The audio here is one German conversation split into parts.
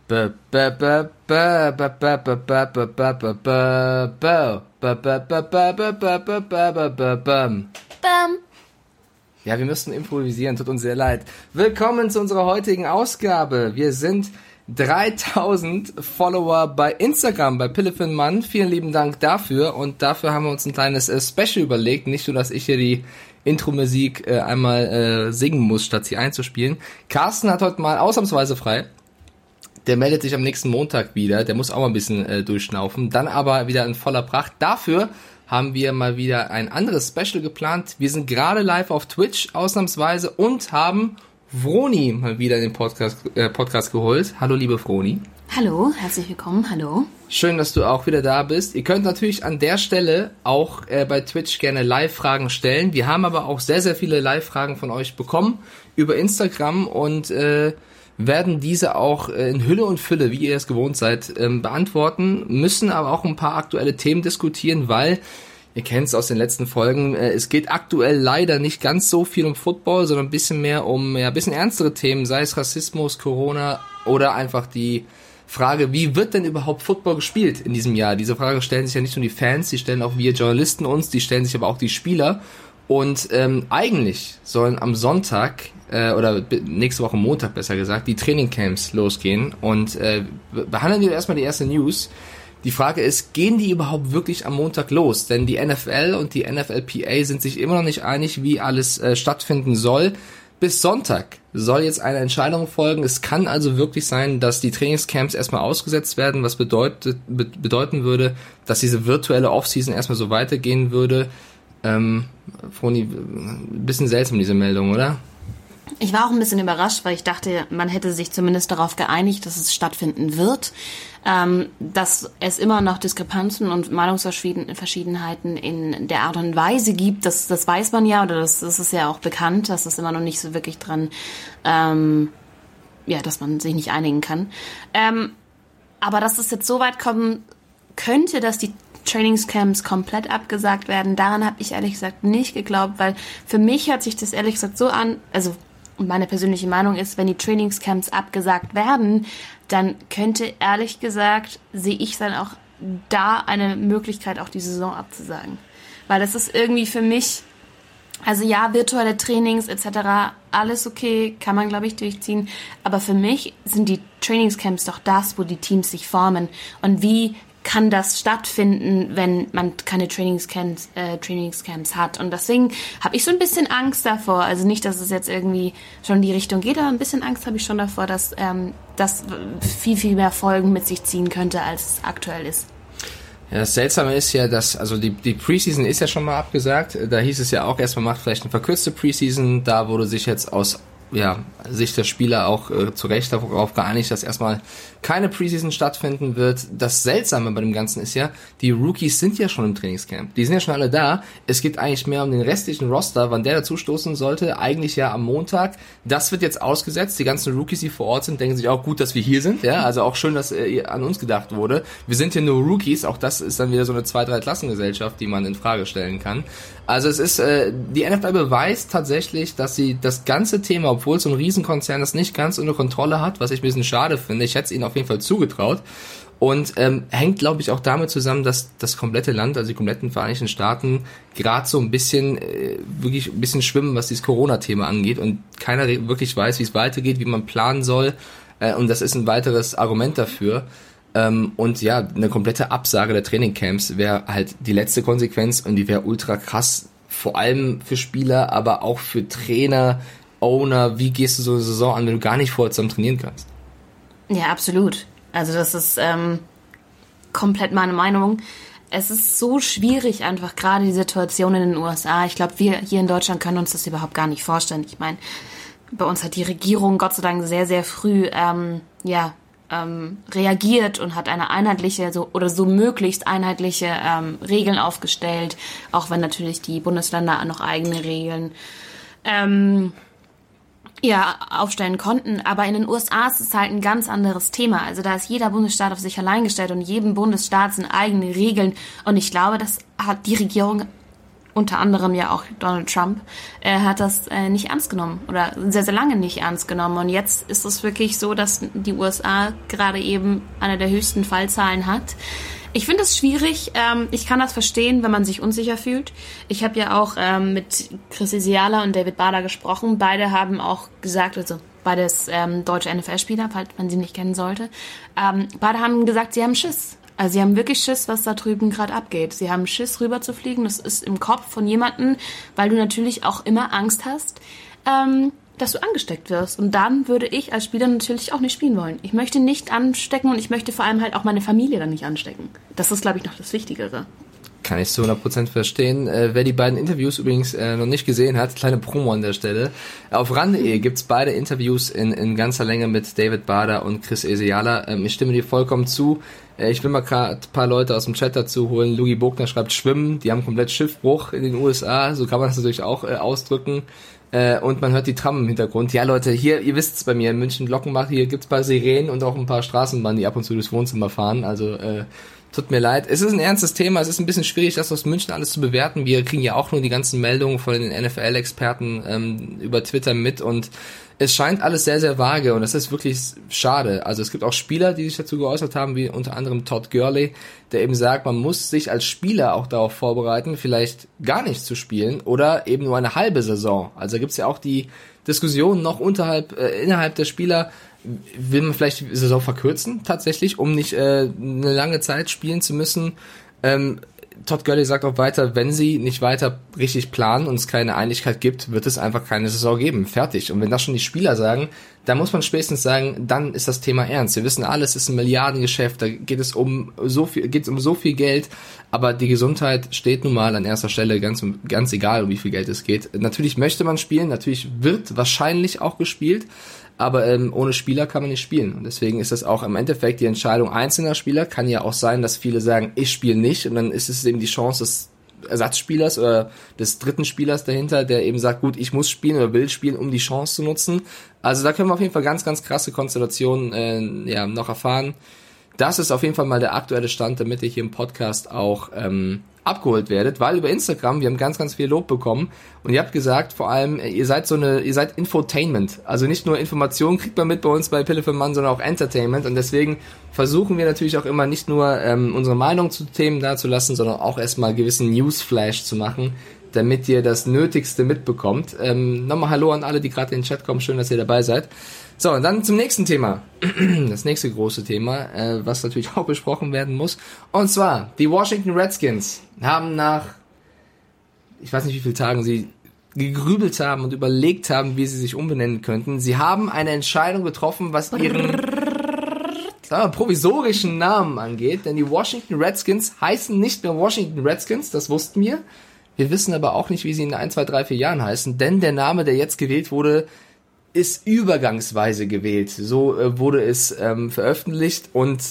Ja, wir müssen improvisieren, tut uns sehr leid. Willkommen zu unserer heutigen Ausgabe. Wir sind 3000 Follower bei Instagram, bei Pillefinmann. Vielen lieben Dank dafür. Und dafür haben wir uns ein kleines Special überlegt. Nicht nur, dass ich hier die Intro-Musik einmal singen muss, statt sie einzuspielen. Carsten hat heute mal ausnahmsweise frei. Der meldet sich am nächsten Montag wieder. Der muss auch mal ein bisschen durchschnaufen. Dann aber wieder in voller Pracht. Dafür haben wir mal wieder ein anderes Special geplant. Wir sind gerade live auf Twitch ausnahmsweise und haben Vroni mal wieder in den Podcast geholt. Hallo liebe Vroni. Hallo, herzlich willkommen, hallo. Schön, dass du auch wieder da bist. Ihr könnt natürlich an der Stelle auch bei Twitch gerne Live-Fragen stellen. Wir haben aber auch sehr, sehr viele Live-Fragen von euch bekommen über Instagram und werden diese auch in Hülle und Fülle, wie ihr es gewohnt seid, beantworten, müssen aber auch ein paar aktuelle Themen diskutieren, weil, ihr kennt es aus den letzten Folgen, es geht aktuell leider nicht ganz so viel um Football, sondern ein bisschen mehr um ein bisschen ernstere Themen, sei es Rassismus, Corona oder einfach die Frage, wie wird denn überhaupt Football gespielt in diesem Jahr? Diese Frage stellen sich ja nicht nur die Fans, die stellen auch wir Journalisten uns, die stellen sich aber auch die Spieler. Und eigentlich sollen am Sonntag oder nächste Woche Montag besser gesagt, die Trainingcamps losgehen. Und behandeln wir erstmal die erste News. Die Frage ist, gehen die überhaupt wirklich am Montag los? Denn die NFL und die NFLPA sind sich immer noch nicht einig, wie alles stattfinden soll. Bis Sonntag soll jetzt eine Entscheidung folgen. Es kann also wirklich sein, dass die Trainingscamps erstmal ausgesetzt werden, was bedeuten würde, dass diese virtuelle Offseason erstmal so weitergehen würde. Vroni, ein bisschen seltsam diese Meldung, oder? Ich war auch ein bisschen überrascht, weil ich dachte, man hätte sich zumindest darauf geeinigt, dass es stattfinden wird. Dass es immer noch Diskrepanzen und Meinungsverschiedenheiten in der Art und Weise gibt, das weiß man ja, oder das ist ja auch bekannt, dass es immer noch nicht so wirklich dran, dass man sich nicht einigen kann. Aber dass es jetzt so weit kommen könnte, dass die Trainingscamps komplett abgesagt werden, daran habe ich ehrlich gesagt nicht geglaubt, weil für mich hört sich das ehrlich gesagt so an, also meine persönliche Meinung ist, wenn die Trainingscamps abgesagt werden, dann könnte ehrlich gesagt, sehe ich dann auch da eine Möglichkeit, auch die Saison abzusagen. Weil das ist irgendwie für mich, also ja, virtuelle Trainings etc., alles okay, kann man glaube ich durchziehen, aber für mich sind die Trainingscamps doch das, wo die Teams sich formen. Und wie kann das stattfinden, wenn man keine Trainingscamps hat. Und deswegen habe ich so ein bisschen Angst davor. Also nicht, dass es jetzt irgendwie schon in die Richtung geht, aber ein bisschen Angst habe ich schon davor, dass das viel, viel mehr Folgen mit sich ziehen könnte, als es aktuell ist. Ja, das Seltsame ist ja, dass, also die Preseason ist ja schon mal abgesagt. Da hieß es ja auch erstmal, macht vielleicht eine verkürzte Preseason. Da wurde sich jetzt aus Sicht der Spieler auch zu Recht darauf geeinigt, dass erstmal keine Preseason stattfinden wird. Das Seltsame bei dem Ganzen ist ja, die Rookies sind ja schon im Trainingscamp. Die sind ja schon alle da. Es geht eigentlich mehr um den restlichen Roster, wann der dazustoßen sollte. Eigentlich ja am Montag. Das wird jetzt ausgesetzt. Die ganzen Rookies, die vor Ort sind, denken sich auch gut, dass wir hier sind. Ja, also auch schön, dass an uns gedacht wurde. Wir sind hier nur Rookies. Auch das ist dann wieder so eine 2-3-Klassengesellschaft, die man in Frage stellen kann. Also es ist, die NFL beweist tatsächlich, dass sie das ganze Thema, obwohl so ein Riesenkonzern das nicht ganz unter Kontrolle hat, was ich ein bisschen schade finde. Ich hätte es ihnen auf jeden Fall zugetraut. Und hängt, glaube ich, auch damit zusammen, dass das komplette Land, also die kompletten Vereinigten Staaten, gerade so ein bisschen, wirklich ein bisschen schwimmen, was dieses Corona-Thema angeht. Und keiner wirklich weiß, wie es weitergeht, wie man planen soll. Und das ist ein weiteres Argument dafür. Und ja, eine komplette Absage der Trainingcamps wäre halt die letzte Konsequenz und die wäre ultra krass, vor allem für Spieler, aber auch für Trainer, Owner. Wie gehst du so eine Saison an, wenn du gar nicht vorher zusammen trainieren kannst? Ja, absolut. Also das ist komplett meine Meinung. Es ist so schwierig einfach, gerade die Situation in den USA. Ich glaube, wir hier in Deutschland können uns das überhaupt gar nicht vorstellen. Ich meine, bei uns hat die Regierung Gott sei Dank sehr, sehr früh reagiert und hat eine einheitliche so möglichst einheitliche Regeln aufgestellt, auch wenn natürlich die Bundesländer noch eigene Regeln aufstellen konnten. Aber in den USA ist es halt ein ganz anderes Thema. Also da ist jeder Bundesstaat auf sich allein gestellt und jedem Bundesstaat sind eigene Regeln. Und ich glaube, das hat die Regierung unter anderem ja auch Donald Trump, hat das nicht ernst genommen oder sehr, sehr lange nicht ernst genommen. Und jetzt ist es wirklich so, dass die USA gerade eben eine der höchsten Fallzahlen hat. Ich finde es schwierig. Ich kann das verstehen, wenn man sich unsicher fühlt. Ich habe ja auch mit Chris Isiala und David Bader gesprochen. Beide haben auch gesagt, also beides deutsche NFL-Spieler, falls man sie nicht kennen sollte. Beide haben gesagt, sie haben Schiss. Also sie haben wirklich Schiss, was da drüben gerade abgeht. Sie haben Schiss, rüber zu fliegen. Das ist im Kopf von jemandem, weil du natürlich auch immer Angst hast, dass du angesteckt wirst. Und dann würde ich als Spieler natürlich auch nicht spielen wollen. Ich möchte nicht anstecken und ich möchte vor allem halt auch meine Familie dann nicht anstecken. Das ist, glaube ich, noch das Wichtigere. Kann ich zu 100% verstehen. Wer die beiden Interviews übrigens noch nicht gesehen hat, kleine Promo an der Stelle. Auf RAN.de gibt's beide Interviews in ganzer Länge mit David Bader und Chris Isiala. Ich stimme dir vollkommen zu. Ich will mal gerade ein paar Leute aus dem Chat dazu holen. Lugi Bogner schreibt Schwimmen. Die haben komplett Schiffbruch in den USA. So kann man das natürlich auch ausdrücken. Und man hört die Tram im Hintergrund. Ja, Leute, hier, ihr wisst's bei mir in München, Glockenbach, hier gibt's ein paar Sirenen und auch ein paar Straßenbahnen, die ab und zu durchs Wohnzimmer fahren. Also, tut mir leid. Es ist ein ernstes Thema. Es ist ein bisschen schwierig, das aus München alles zu bewerten. Wir kriegen ja auch nur die ganzen Meldungen von den NFL-Experten über Twitter mit und es scheint alles sehr, sehr vage und das ist wirklich schade. Also es gibt auch Spieler, die sich dazu geäußert haben, wie unter anderem Todd Gurley, der eben sagt, man muss sich als Spieler auch darauf vorbereiten, vielleicht gar nicht zu spielen oder eben nur eine halbe Saison. Also da gibt's ja auch die Diskussion noch innerhalb der Spieler, will man vielleicht die Saison verkürzen tatsächlich, um nicht eine lange Zeit spielen zu müssen. Todd Gurley sagt auch weiter, wenn sie nicht weiter richtig planen und es keine Einigkeit gibt, wird es einfach keine Saison geben. Fertig. Und wenn das schon die Spieler sagen, dann muss man spätestens sagen, dann ist das Thema ernst. Wir wissen alles, es ist ein Milliardengeschäft, da geht es um so viel Geld, aber die Gesundheit steht nun mal an erster Stelle, ganz egal, um wie viel Geld es geht. Natürlich möchte man spielen, natürlich wird wahrscheinlich auch gespielt, aber ohne Spieler kann man nicht spielen. Und deswegen ist das auch im Endeffekt die Entscheidung einzelner Spieler. Kann ja auch sein, dass viele sagen, ich spiele nicht. Und dann ist es eben die Chance des Ersatzspielers oder des dritten Spielers dahinter, der eben sagt, gut, ich muss spielen oder will spielen, um die Chance zu nutzen. Also da können wir auf jeden Fall ganz, ganz krasse Konstellationen noch erfahren. Das ist auf jeden Fall mal der aktuelle Stand, damit ihr hier im Podcast auch abgeholt werdet, weil über Instagram, wir haben ganz, ganz viel Lob bekommen und ihr habt gesagt, vor allem, ihr seid Infotainment, also nicht nur Informationen kriegt man mit bei uns bei Pille für Mann, sondern auch Entertainment und deswegen versuchen wir natürlich auch immer nicht nur unsere Meinung zu Themen dazulassen, sondern auch erstmal gewissen Newsflash zu machen, damit ihr das Nötigste mitbekommt. Nochmal Hallo an alle, die gerade in den Chat kommen, schön, dass ihr dabei seid. So, und dann zum nächsten Thema. Das nächste große Thema, was natürlich auch besprochen werden muss. Und zwar, die Washington Redskins haben nach, ich weiß nicht wie viele Tagen sie gegrübelt haben und überlegt haben, wie sie sich umbenennen könnten. Sie haben eine Entscheidung getroffen, was ihren provisorischen Namen angeht. Denn die Washington Redskins heißen nicht mehr Washington Redskins, das wussten wir. Wir wissen aber auch nicht, wie sie in 1, 2, 3, 4 Jahren heißen. Denn der Name, der jetzt gewählt wurde, ist übergangsweise gewählt. So wurde es veröffentlicht und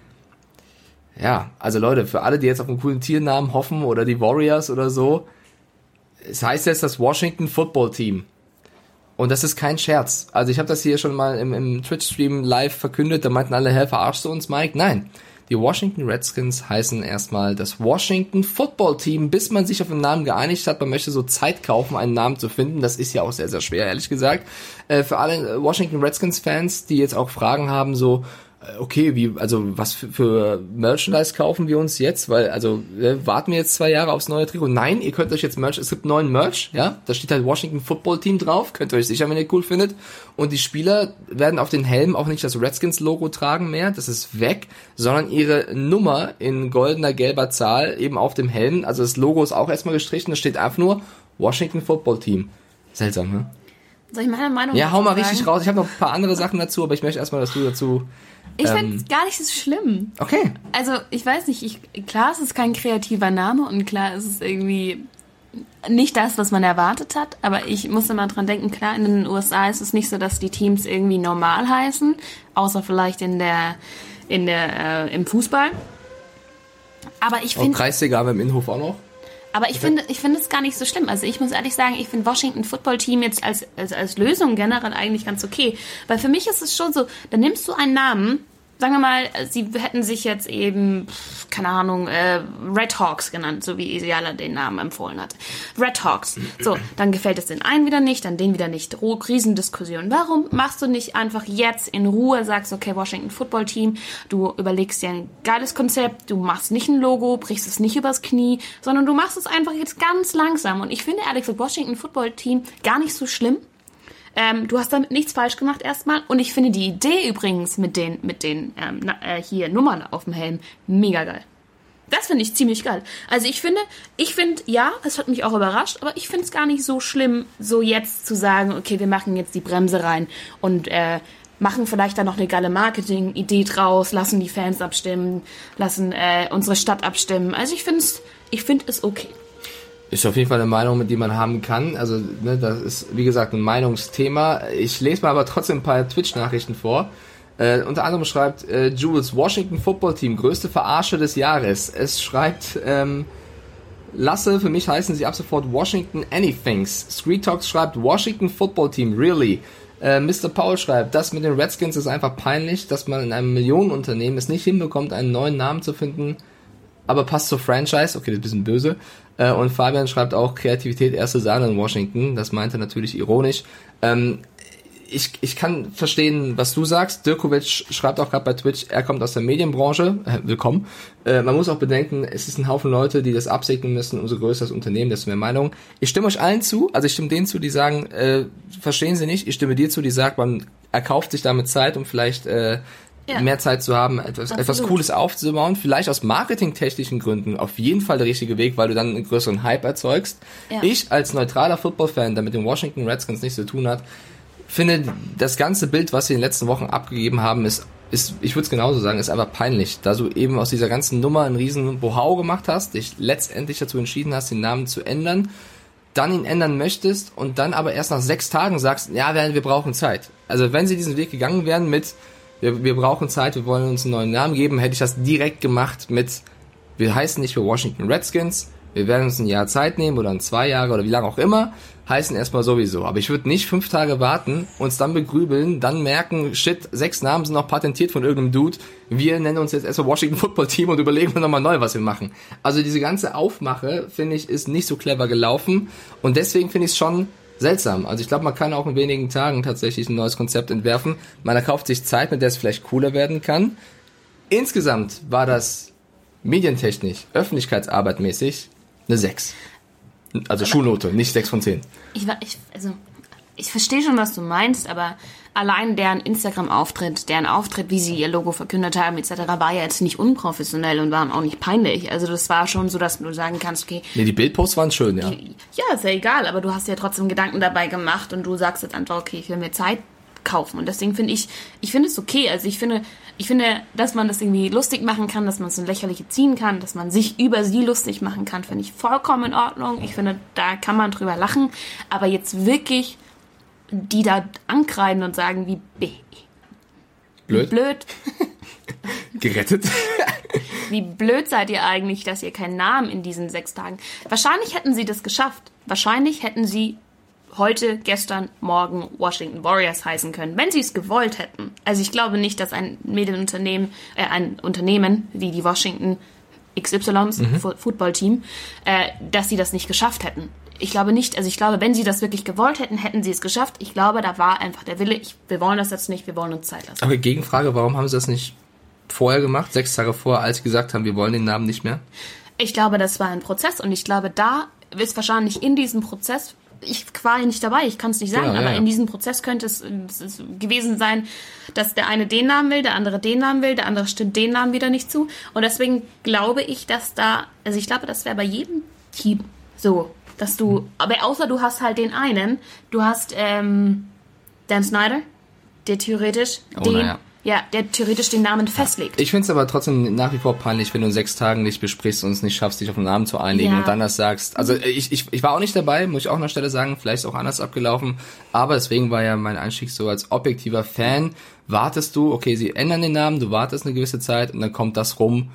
ja, also Leute, für alle, die jetzt auf einen coolen Tiernamen hoffen oder die Warriors oder so, es heißt jetzt das Washington Football Team. Und das ist kein Scherz. Also ich habe das hier schon mal im Twitch-Stream live verkündet, da meinten alle, verarschst du uns, Mike? Nein. Die Washington Redskins heißen erstmal das Washington Football Team, bis man sich auf einen Namen geeinigt hat. Man möchte so Zeit kaufen, einen Namen zu finden. Das ist ja auch sehr, sehr schwer, ehrlich gesagt. Für alle Washington Redskins Fans, die jetzt auch Fragen haben, so, okay, was für Merchandise kaufen wir uns jetzt? Weil, warten wir jetzt 2 Jahre aufs neue Trikot? Nein, ihr könnt euch jetzt es gibt neuen Merch, ja? Da steht halt Washington Football Team drauf. Könnt ihr euch sicher, wenn ihr cool findet. Und die Spieler werden auf den Helmen auch nicht das Redskins-Logo tragen mehr. Das ist weg. Sondern ihre Nummer in goldener, gelber Zahl eben auf dem Helm. Also das Logo ist auch erstmal gestrichen. Da steht einfach nur Washington Football Team. Seltsam, ne? Soll ich meine Meinung Ja, hau mal sagen? richtig raus. Ich habe noch ein paar andere Sachen dazu, aber ich möchte erstmal, dass du dazu... Ich finde es gar nicht so schlimm. Okay. Also, ich weiß nicht, klar, es ist kein kreativer Name und klar, es ist irgendwie nicht das, was man erwartet hat, aber ich muss immer dran denken, klar, in den USA ist es nicht so, dass die Teams irgendwie normal heißen, außer vielleicht im Fußball. Aber ich finde... Kreisliga haben wir im Innenhof auch noch. Aber ich finde es gar nicht so schlimm. Also ich muss ehrlich sagen, ich finde Washington Football Team jetzt als Lösung generell eigentlich ganz okay. Weil für mich ist es schon so, da nimmst du einen Namen, sagen wir mal, sie hätten sich jetzt eben, keine Ahnung, Red Hawks genannt, so wie Isiala den Namen empfohlen hat. Red Hawks. So, dann gefällt es den einen wieder nicht, dann den wieder nicht. Riesendiskussion. Warum machst du nicht einfach jetzt in Ruhe, sagst, okay, Washington Football Team, du überlegst dir ein geiles Konzept, du machst nicht ein Logo, brichst es nicht übers Knie, sondern du machst es einfach jetzt ganz langsam. Und ich finde ehrlich gesagt Washington Football Team gar nicht so schlimm. Du hast damit nichts falsch gemacht erstmal. Und ich finde die Idee übrigens mit den hier Nummern auf dem Helm mega geil. Das finde ich ziemlich geil. Also ich finde, ja, es hat mich auch überrascht, aber ich finde es gar nicht so schlimm, so jetzt zu sagen, okay, wir machen jetzt die Bremse rein und machen vielleicht dann noch eine geile Marketing-Idee draus, lassen die Fans abstimmen, lassen unsere Stadt abstimmen. Also ich finde es okay. Ist auf jeden Fall eine Meinung, die man haben kann. Also, ne, das ist, wie gesagt, ein Meinungsthema. Ich lese mal aber trotzdem ein paar Twitch-Nachrichten vor. Unter anderem schreibt Jules, Washington Football Team, größte Verarsche des Jahres. Es schreibt Lasse, für mich heißen sie ab sofort Washington Anythings. Street Talks schreibt Washington Football Team, really? Mr. Paul schreibt, das mit den Redskins ist einfach peinlich, dass man in einem Millionenunternehmen es nicht hinbekommt, einen neuen Namen zu finden, aber passt zur Franchise. Okay, das ist ein bisschen böse. Und Fabian schreibt auch, Kreativität erste Sahne in Washington. Das meint er natürlich ironisch. Ich kann verstehen, was du sagst. Dirkovic schreibt auch gerade bei Twitch, er kommt aus der Medienbranche. Willkommen. Man muss auch bedenken, es ist ein Haufen Leute, die das absegnen müssen. Umso größer das Unternehmen, desto mehr Meinung. Ich stimme euch allen zu. Also ich stimme denen zu, die sagen, verstehen sie nicht. Ich stimme dir zu, die sagt, man erkauft sich damit Zeit, um vielleicht mehr Zeit zu haben, etwas Cooles aufzubauen, vielleicht aus marketingtechnischen Gründen auf jeden Fall der richtige Weg, weil du dann einen größeren Hype erzeugst. Ja. Ich als neutraler Football-Fan, der mit den Washington Redskins nichts zu tun hat, finde, das ganze Bild, was sie in den letzten Wochen abgegeben haben, ist ich würde es genauso sagen, ist einfach peinlich, da du eben aus dieser ganzen Nummer einen riesen Bohau gemacht hast, dich letztendlich dazu entschieden hast, den Namen zu ändern, dann ihn ändern möchtest und dann aber erst nach 6 Tagen sagst, ja, wir brauchen Zeit. Also wenn sie diesen Weg gegangen wären mit wir brauchen Zeit, wir wollen uns einen neuen Namen geben, hätte ich das direkt gemacht mit, wir heißen nicht für Washington Redskins, wir werden uns ein Jahr Zeit nehmen oder 2 Jahre oder wie lange auch immer, heißen erstmal sowieso. Aber ich würde nicht 5 Tage warten, uns dann begrübeln, dann merken, shit, 6 Namen sind noch patentiert von irgendeinem Dude, wir nennen uns jetzt erstmal Washington Football Team und überlegen wir nochmal neu, was wir machen. Also diese ganze Aufmache, finde ich, ist nicht so clever gelaufen und deswegen finde ich es schon seltsam. Also ich glaube, man kann auch in wenigen Tagen tatsächlich ein neues Konzept entwerfen. Man erkauft sich Zeit, mit der es vielleicht cooler werden kann. Insgesamt war das medientechnisch, öffentlichkeitsarbeitmäßig eine 6. Also aber Schulnote, nicht 6 von 10. Ich verstehe schon, was du meinst, aber allein deren Instagram-Auftritt, wie sie ihr Logo verkündet haben, etc., war ja jetzt nicht unprofessionell und war auch nicht peinlich. Also das war schon so, dass du sagen kannst, okay... Nee, die Bildposts waren schön, ja. Ja, ist ja egal, aber du hast ja trotzdem Gedanken dabei gemacht und du sagst jetzt einfach, okay, ich will mir Zeit kaufen. Und deswegen finde ich es okay. Also ich finde, dass man das irgendwie lustig machen kann, dass man es in Lächerliche ziehen kann, dass man sich über sie lustig machen kann, finde ich vollkommen in Ordnung. Ich finde, da kann man drüber lachen. Aber jetzt wirklich die da ankreiden und sagen, wie blöd. Gerettet. Wie blöd seid ihr eigentlich, dass ihr keinen Namen in diesen 6 Tagen... Wahrscheinlich hätten sie das geschafft. Wahrscheinlich hätten sie heute, gestern, morgen Washington Warriors heißen können, wenn sie es gewollt hätten. Also ich glaube nicht, dass ein Medienunternehmen, ein Unternehmen wie die Washington XYs, Football-Team, dass sie das nicht geschafft hätten. Ich glaube nicht, also ich glaube, wenn sie das wirklich gewollt hätten, hätten sie es geschafft. Ich glaube, da war einfach der Wille, wir wollen das jetzt nicht, wir wollen uns Zeit lassen. Aber Gegenfrage, warum haben sie das nicht vorher gemacht, 6 Tage vorher, als sie gesagt haben, wir wollen den Namen nicht mehr? Ich glaube, das war ein Prozess und ich glaube, da ist wahrscheinlich in diesem Prozess, ich war ja nicht dabei, ich kann es nicht sagen, aber in diesem Prozess könnte es gewesen sein, dass der eine den Namen will, der andere den Namen will, der andere stimmt den Namen wieder nicht zu. Und deswegen glaube ich, dass ich glaube, das wäre bei jedem Team so, dass du, aber außer du hast halt den einen, du hast Dan Snyder, der theoretisch der theoretisch den Namen festlegt. Ich finde es aber trotzdem nach wie vor peinlich, wenn du in 6 Tagen nicht besprichst und es nicht schaffst, dich auf einen Namen zu einigen und dann das sagst. Also ich war auch nicht dabei, muss ich auch an der Stelle sagen, vielleicht ist auch anders abgelaufen, aber deswegen war ja mein Einstieg so als objektiver Fan, wartest du, okay, sie ändern den Namen, du wartest eine gewisse Zeit und dann kommt das rum,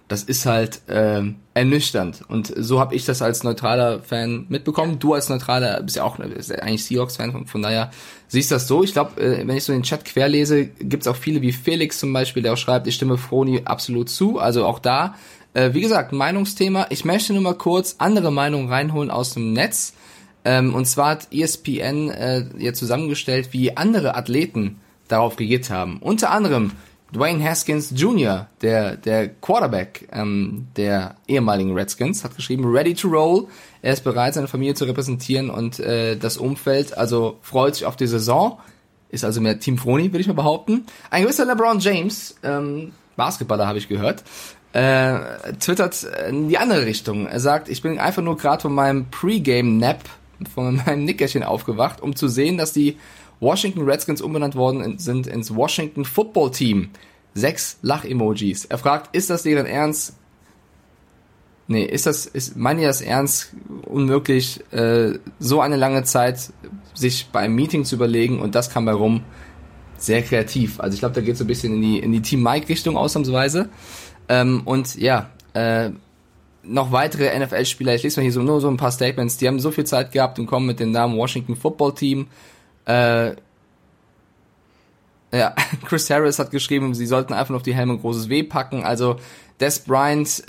das ist halt ernüchternd. Und so habe ich das als neutraler Fan mitbekommen. Du als neutraler bist ja auch eigentlich Seahawks-Fan, von daher siehst das so. Ich glaube, wenn ich so den Chat querlese, gibt's auch viele wie Felix zum Beispiel, der auch schreibt, ich stimme Froni absolut zu. Also auch da, wie gesagt, Meinungsthema. Ich möchte nur mal kurz andere Meinungen reinholen aus dem Netz. Und zwar hat ESPN ja zusammengestellt, wie andere Athleten darauf reagiert haben. Unter anderem Dwayne Haskins Jr., der Quarterback der ehemaligen Redskins, hat geschrieben, ready to roll. Er ist bereit, seine Familie zu repräsentieren und das Umfeld, also freut sich auf die Saison. Ist also mehr Team Froni, würde ich mal behaupten. Ein gewisser LeBron James, Basketballer habe ich gehört, twittert in die andere Richtung. Er sagt, ich bin einfach nur gerade von meinem Pre-Game-Nap, von meinem Nickerchen aufgewacht, um zu sehen, dass die Washington Redskins umbenannt worden sind ins Washington Football Team. 6 Lach-Emojis. Er fragt, ist das deren Ernst? Nee, meinen die das ernst? Unmöglich, so eine lange Zeit sich bei einem Meeting zu überlegen und das kam bei rum. Sehr kreativ. Also ich glaube, da geht so ein bisschen in die Team Mike-Richtung ausnahmsweise. Und ja, noch weitere NFL-Spieler, ich lese mal hier nur so ein paar Statements, die haben so viel Zeit gehabt und kommen mit dem Namen Washington Football Team. Ja, Chris Harris hat geschrieben, sie sollten einfach nur auf die Helme ein großes W packen. Also Des Bryant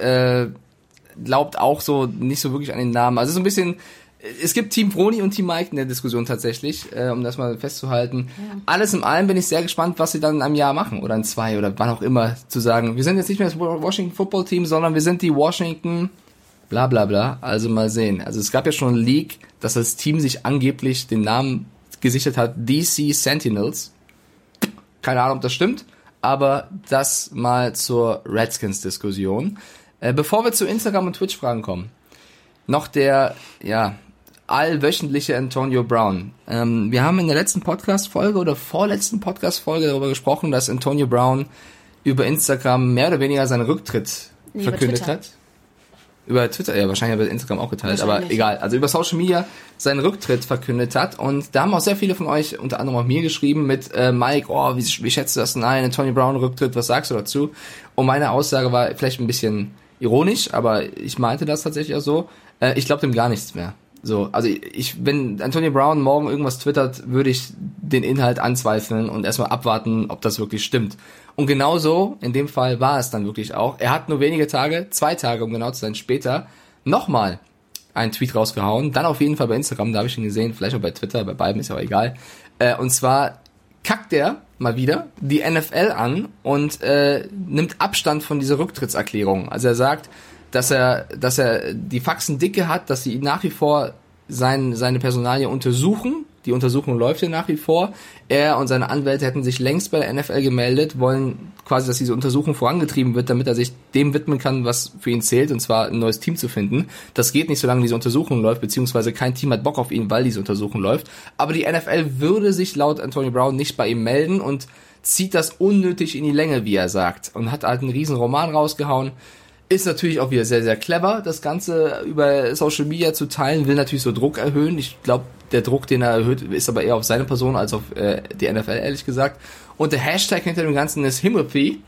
glaubt auch so nicht so wirklich an den Namen. Also so ein bisschen, es gibt Team Froni und Team Mike in der Diskussion tatsächlich, um das mal festzuhalten. Ja. Alles in allem bin ich sehr gespannt, was sie dann in einem Jahr machen oder in 2 oder wann auch immer zu sagen, wir sind jetzt nicht mehr das Washington Football Team, sondern wir sind die Washington bla bla bla. Also mal sehen. Also es gab ja schon ein Leak, dass das Team sich angeblich den Namen gesichert hat, DC Sentinels. Keine Ahnung, ob das stimmt, aber das mal zur Redskins-Diskussion. Bevor wir zu Instagram und Twitch-Fragen kommen, noch der, allwöchentliche Antonio Brown. Wir haben in der letzten Podcast-Folge oder vorletzten Podcast-Folge darüber gesprochen, dass Antonio Brown über Instagram mehr oder weniger seinen Rücktritt verkündet hat. Über Twitter, ja, wahrscheinlich hat er Instagram auch geteilt, aber egal. Also über Social Media seinen Rücktritt verkündet hat. Und da haben auch sehr viele von euch, unter anderem auch mir, geschrieben mit Mike, wie schätzt du das? Nein, Antonio Brown Rücktritt, was sagst du dazu? Und meine Aussage war vielleicht ein bisschen ironisch, aber ich meinte das tatsächlich auch so. Ich glaube dem gar nichts mehr. So, also wenn Antonio Brown morgen irgendwas twittert, würde ich den Inhalt anzweifeln und erstmal abwarten, ob das wirklich stimmt. Und genauso, in dem Fall war es dann wirklich auch. Er hat nur wenige Tage, 2 Tage, um genau zu sein, später, nochmal einen Tweet rausgehauen. Dann auf jeden Fall bei Instagram, da habe ich ihn gesehen, vielleicht auch bei Twitter, bei beiden ist ja auch egal. Und zwar kackt er mal wieder die NFL an und nimmt Abstand von dieser Rücktrittserklärung. Also er sagt, dass er die Faxen dicke hat, dass sie nach wie vor seine Personalie untersuchen. Die Untersuchung läuft ja nach wie vor. Er und seine Anwälte hätten sich längst bei der NFL gemeldet, wollen quasi, dass diese Untersuchung vorangetrieben wird, damit er sich dem widmen kann, was für ihn zählt, und zwar ein neues Team zu finden. Das geht nicht, solange diese Untersuchung läuft, beziehungsweise kein Team hat Bock auf ihn, weil diese Untersuchung läuft. Aber die NFL würde sich laut Antonio Brown nicht bei ihm melden und zieht das unnötig in die Länge, wie er sagt. Und hat halt einen riesen Roman rausgehauen. Ist natürlich auch wieder sehr, sehr clever, das Ganze über Social Media zu teilen, will natürlich so Druck erhöhen. Ich glaube, der Druck, den er erhöht, ist aber eher auf seine Person als auf die NFL, ehrlich gesagt. Und der Hashtag hinter dem Ganzen ist Himothy.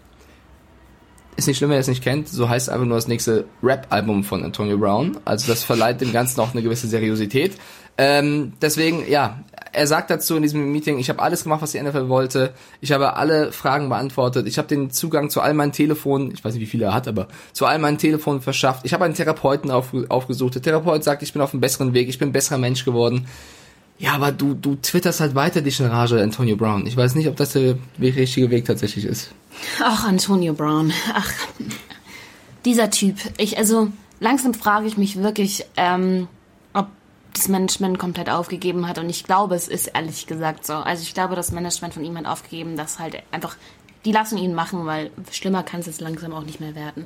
Ist nicht schlimm, wenn ihr es nicht kennt. So heißt einfach nur das nächste Rap-Album von Antonio Brown. Also das verleiht dem Ganzen auch eine gewisse Seriosität. Deswegen, ja, er sagt dazu in diesem Meeting, ich habe alles gemacht, was die NFL wollte. Ich habe alle Fragen beantwortet. Ich habe den Zugang zu all meinen Telefonen, ich weiß nicht, wie viele er hat, aber zu all meinen Telefonen verschafft. Ich habe einen Therapeuten aufgesucht. Der Therapeut sagt, ich bin auf einem besseren Weg, ich bin ein besserer Mensch geworden. Ja, aber du twitterst halt weiter dich in Rage, Antonio Brown. Ich weiß nicht, ob das der richtige Weg tatsächlich ist. Ach, Antonio Brown. Ach, dieser Typ. Langsam frage ich mich wirklich, ob das Management komplett aufgegeben hat. Und ich glaube, es ist ehrlich gesagt so. Also ich glaube, das Management von ihm hat aufgegeben, dass halt einfach, die lassen ihn machen, weil schlimmer kann es jetzt langsam auch nicht mehr werden.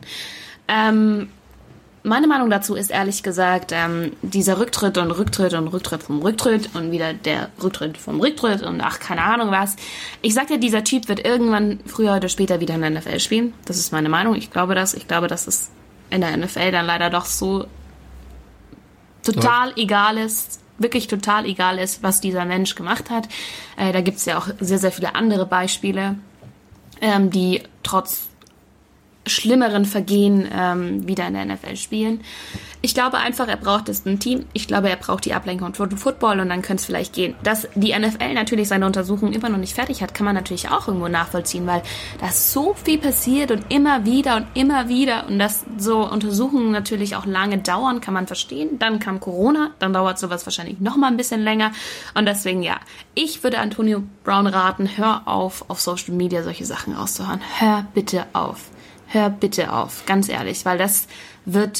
Meine Meinung dazu ist ehrlich gesagt, dieser Rücktritt und Rücktritt und Rücktritt vom Rücktritt und wieder der Rücktritt vom Rücktritt und ach, keine Ahnung was. Ich sag ja, dieser Typ wird irgendwann früher oder später wieder in der NFL spielen. Das ist meine Meinung. Ich glaube, dass es in der NFL dann leider doch so total egal ist, wirklich total egal ist, was dieser Mensch gemacht hat. Da gibt es ja auch sehr, sehr viele andere Beispiele, die trotz schlimmeren Vergehen wieder in der NFL spielen. Ich glaube einfach, er braucht jetzt ein Team. Ich glaube, er braucht die Ablenkung von Football und dann könnte es vielleicht gehen. Dass die NFL natürlich seine Untersuchung immer noch nicht fertig hat, kann man natürlich auch irgendwo nachvollziehen, weil da so viel passiert und immer wieder und dass so Untersuchungen natürlich auch lange dauern, kann man verstehen. Dann kam Corona, dann dauert sowas wahrscheinlich noch mal ein bisschen länger und deswegen ja, ich würde Antonio Brown raten, hör auf Social Media solche Sachen rauszuhauen. Hör bitte auf, ganz ehrlich, weil das wird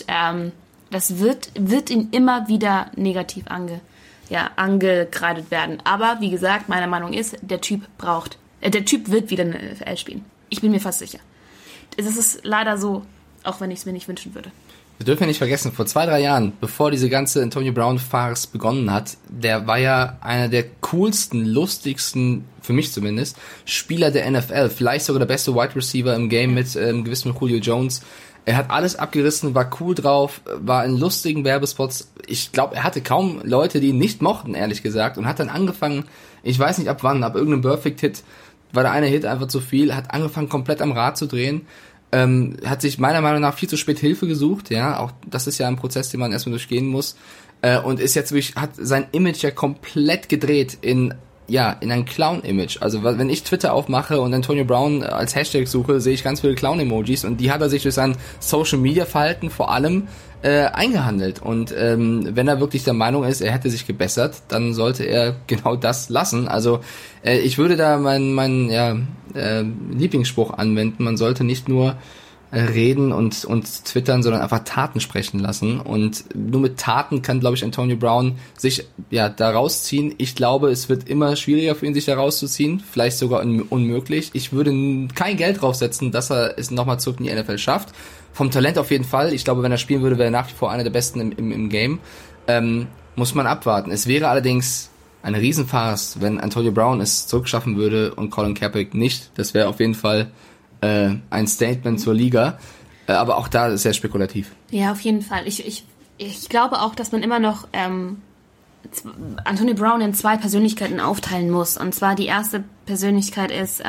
ihm immer wieder negativ angekreidet werden. Aber wie gesagt, meine Meinung ist, der Typ wird wieder eine NFL spielen. Ich bin mir fast sicher. Es ist leider so, auch wenn ich es mir nicht wünschen würde. Wir dürfen ja nicht vergessen, vor 2-3 Jahren, bevor diese ganze Antonio Brown-Farce begonnen hat, der war ja einer der coolsten, lustigsten, für mich zumindest, Spieler der NFL. Vielleicht sogar der beste Wide Receiver im Game mit gewissen Julio Jones. Er hat alles abgerissen, war cool drauf, war in lustigen Werbespots. Ich glaube, er hatte kaum Leute, die ihn nicht mochten, ehrlich gesagt. Und hat dann angefangen, ich weiß nicht ab wann, ab irgendeinem Perfect-Hit, war der eine Hit einfach zu viel, hat angefangen komplett am Rad zu drehen. Hat sich meiner Meinung nach viel zu spät Hilfe gesucht, ja, auch das ist ja ein Prozess, den man erstmal durchgehen muss, und ist jetzt wirklich, hat sein Image ja komplett gedreht in ein Clown-Image. Also wenn ich Twitter aufmache und Antonio Brown als Hashtag suche, sehe ich ganz viele Clown-Emojis und die hat er sich durch sein Social-Media-Verhalten vor allem eingehandelt. Und wenn er wirklich der Meinung ist, er hätte sich gebessert, dann sollte er genau das lassen. Also ich würde da meinen Lieblingsspruch anwenden, man sollte nicht nur reden und twittern, sondern einfach Taten sprechen lassen. Und nur mit Taten kann, glaube ich, Antonio Brown sich da rausziehen. Ich glaube, es wird immer schwieriger für ihn, sich da rauszuziehen. Vielleicht sogar unmöglich. Ich würde kein Geld draufsetzen, dass er es nochmal zurück in die NFL schafft. Vom Talent auf jeden Fall. Ich glaube, wenn er spielen würde, wäre er nach wie vor einer der Besten im Game. Muss man abwarten. Es wäre allerdings eine Riesenfarce, wenn Antonio Brown es zurückschaffen würde und Colin Kaepernick nicht. Das wäre auf jeden Fall ein Statement zur Liga, aber auch da ist sehr spekulativ. Ja, auf jeden Fall. Ich glaube auch, dass man immer noch Antonio Brown in 2 Persönlichkeiten aufteilen muss. Und zwar die erste Persönlichkeit ist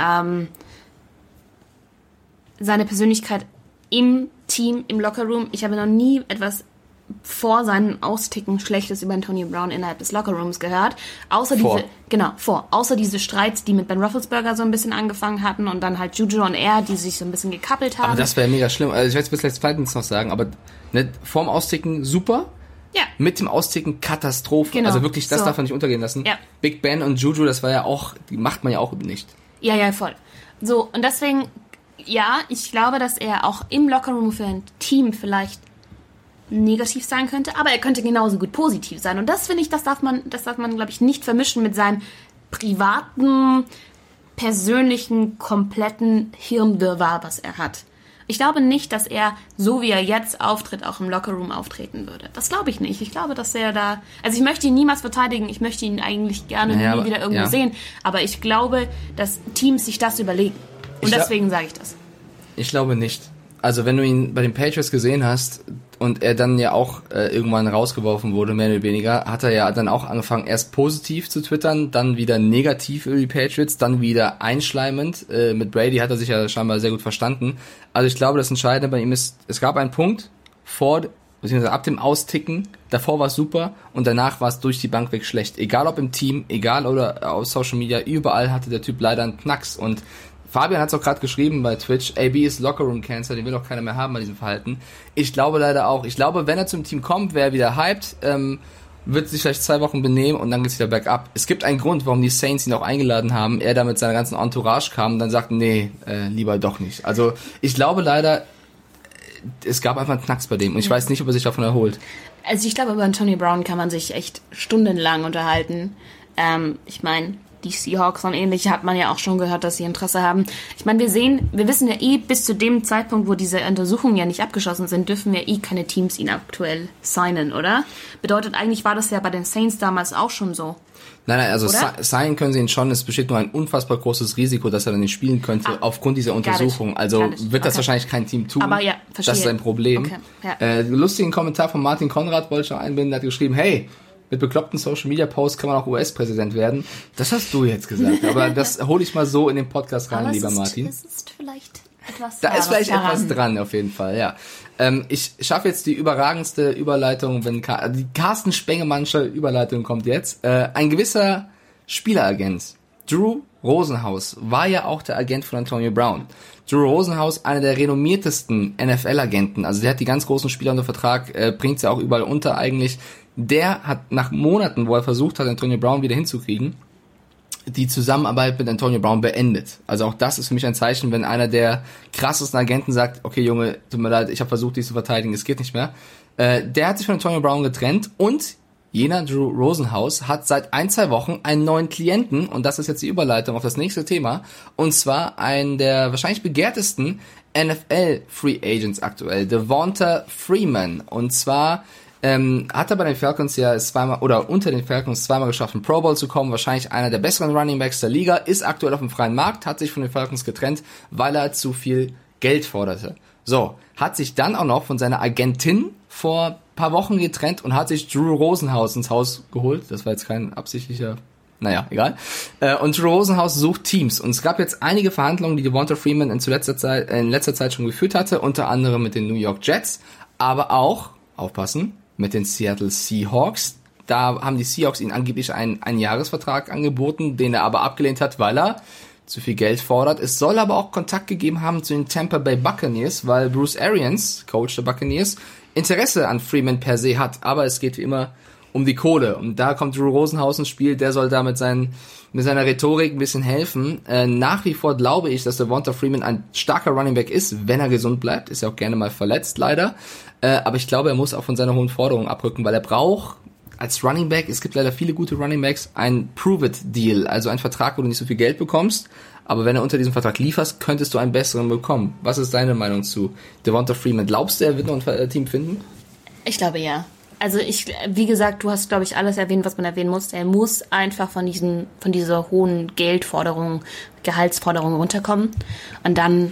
seine Persönlichkeit im Team, im Lockerroom. Ich habe noch nie etwas vor seinem Austicken Schlechtes über Antonio Brown innerhalb des Lockerrooms gehört. Außer diese Streits, die mit Ben Roethlisberger so ein bisschen angefangen hatten und dann halt Juju und er, die sich so ein bisschen gekappelt haben. Aber das wäre mega schlimm. Also ich werde es bis zweitens noch sagen, aber vorm Austicken super. Ja. Mit dem Austicken Katastrophe. Genau. Also wirklich, das darf man nicht untergehen lassen. Ja. Big Ben und Juju, das war ja auch, die macht man ja auch nicht. Ja, voll. So, und deswegen, ja, ich glaube, dass er auch im Lockerroom für ein Team vielleicht negativ sein könnte, aber er könnte genauso gut positiv sein. Und das finde ich, das darf man, glaube ich, nicht vermischen mit seinem privaten, persönlichen, kompletten Hirnwirrwarr, was er hat. Ich glaube nicht, dass er, so wie er jetzt auftritt, auch im Lockerroom auftreten würde. Das glaube ich nicht. Ich glaube, dass er da... Also ich möchte ihn niemals verteidigen. Ich möchte ihn eigentlich gerne nie wieder irgendwo sehen. Aber ich glaube, dass Teams sich das überlegen. Und deswegen sage ich das. Ich glaube nicht. Also wenn du ihn bei den Patriots gesehen hast und er dann ja auch irgendwann rausgeworfen wurde, mehr oder weniger, hat er ja dann auch angefangen, erst positiv zu twittern, dann wieder negativ über die Patriots, dann wieder einschleimend. Mit Brady hat er sich ja scheinbar sehr gut verstanden. Also ich glaube, das Entscheidende bei ihm ist, es gab einen Punkt beziehungsweise ab dem Austicken, davor war es super und danach war es durch die Bank weg schlecht. Egal ob im Team, egal oder auf Social Media, überall hatte der Typ leider einen Knacks und Fabian hat es auch gerade geschrieben bei Twitch, AB ist Lockerroom Cancer, den will auch keiner mehr haben bei diesem Verhalten. Ich glaube leider auch. Ich glaube, wenn er zum Team kommt, wäre er wieder hyped, wird sich vielleicht 2 Wochen benehmen und dann geht's wieder bergab. Es gibt einen Grund, warum die Saints ihn auch eingeladen haben, er da mit seiner ganzen Entourage kam und dann sagt, nee, lieber doch nicht. Also ich glaube leider, es gab einfach einen Knacks bei dem und ich weiß nicht, ob er sich davon erholt. Also ich glaube, über Antonio Brown kann man sich echt stundenlang unterhalten. Ich meine, die Seahawks und ähnliche hat man ja auch schon gehört, dass sie Interesse haben. Ich meine, wir wissen ja bis zu dem Zeitpunkt, wo diese Untersuchungen ja nicht abgeschlossen sind, dürfen ja keine Teams ihn aktuell signen, oder? Bedeutet, eigentlich war das ja bei den Saints damals auch schon so. Nein, also signen können sie ihn schon. Es besteht nur ein unfassbar großes Risiko, dass er dann nicht spielen könnte, aufgrund dieser Untersuchung. Also wird das wahrscheinlich kein Team tun. Aber ja, verstehe. Das ist ein Problem. Okay. Ja. Lustigen Kommentar von Martin Konrad wollte ich noch einbinden, der hat geschrieben, hey, mit bekloppten Social-Media-Posts kann man auch US-Präsident werden. Das hast du jetzt gesagt, aber das hole ich mal so in den Podcast rein, lieber Martin. Es ist vielleicht Da ist vielleicht etwas dran, auf jeden Fall, ja. Ich schaffe jetzt die überragendste Überleitung, wenn die Carsten Spengemannsche Überleitung kommt jetzt. Ein gewisser Spieleragent, Drew Rosenhaus, war ja auch der Agent von Antonio Brown. Drew Rosenhaus, einer der renommiertesten NFL-Agenten, also der hat die ganz großen Spieler unter Vertrag, bringt sie auch überall unter eigentlich. Der hat nach Monaten, wo er versucht hat, Antonio Brown wieder hinzukriegen, die Zusammenarbeit mit Antonio Brown beendet. Also auch das ist für mich ein Zeichen, wenn einer der krassesten Agenten sagt, okay Junge, tut mir leid, ich habe versucht, dich zu verteidigen, es geht nicht mehr. Der hat sich von Antonio Brown getrennt und jener Drew Rosenhaus hat seit 1-2 Wochen einen neuen Klienten, und das ist jetzt die Überleitung auf das nächste Thema, und zwar einen der wahrscheinlich begehrtesten NFL-Free Agents aktuell, Devonta Freeman. Und zwar hat er bei den Falcons ja zweimal, oder unter den Falcons zweimal geschafft, in Pro Bowl zu kommen, wahrscheinlich einer der besseren Running Backs der Liga, ist aktuell auf dem freien Markt, hat sich von den Falcons getrennt, weil er zu viel Geld forderte. So, hat sich dann auch noch von seiner Agentin vor paar Wochen getrennt und hat sich Drew Rosenhaus ins Haus geholt. Das war jetzt kein absichtlicher, naja, egal. Und Drew Rosenhaus sucht Teams. Und es gab jetzt einige Verhandlungen, die Devonta Freeman in letzter Zeit schon geführt hatte, unter anderem mit den New York Jets, aber auch, aufpassen, mit den Seattle Seahawks. Da haben die Seahawks ihm angeblich einen Jahresvertrag angeboten, den er aber abgelehnt hat, weil er zu viel Geld fordert. Es soll aber auch Kontakt gegeben haben zu den Tampa Bay Buccaneers, weil Bruce Arians, Coach der Buccaneers, Interesse an Freeman per se hat. Aber es geht wie immer um die Kohle. Und da kommt Drew Rosenhaus ins Spiel, der soll da mit seiner Rhetorik ein bisschen helfen. Nach wie vor glaube ich, dass Devonta Freeman ein starker Running Back ist, wenn er gesund bleibt. Ist ja auch gerne mal verletzt, leider. Aber ich glaube, er muss auch von seiner hohen Forderung abrücken, weil er braucht als Running Back, es gibt leider viele gute Running Backs, ein Prove-It-Deal, also ein Vertrag, wo du nicht so viel Geld bekommst, aber wenn er unter diesem Vertrag lieferst, könntest du einen besseren bekommen. Was ist deine Meinung zu Devonta Freeman? Glaubst du, er wird noch ein Team finden? Ich glaube, ja. Also wie gesagt, du hast, glaube ich, alles erwähnt, was man erwähnen muss. Er muss einfach von dieser hohen Gehaltsforderung runterkommen. Und dann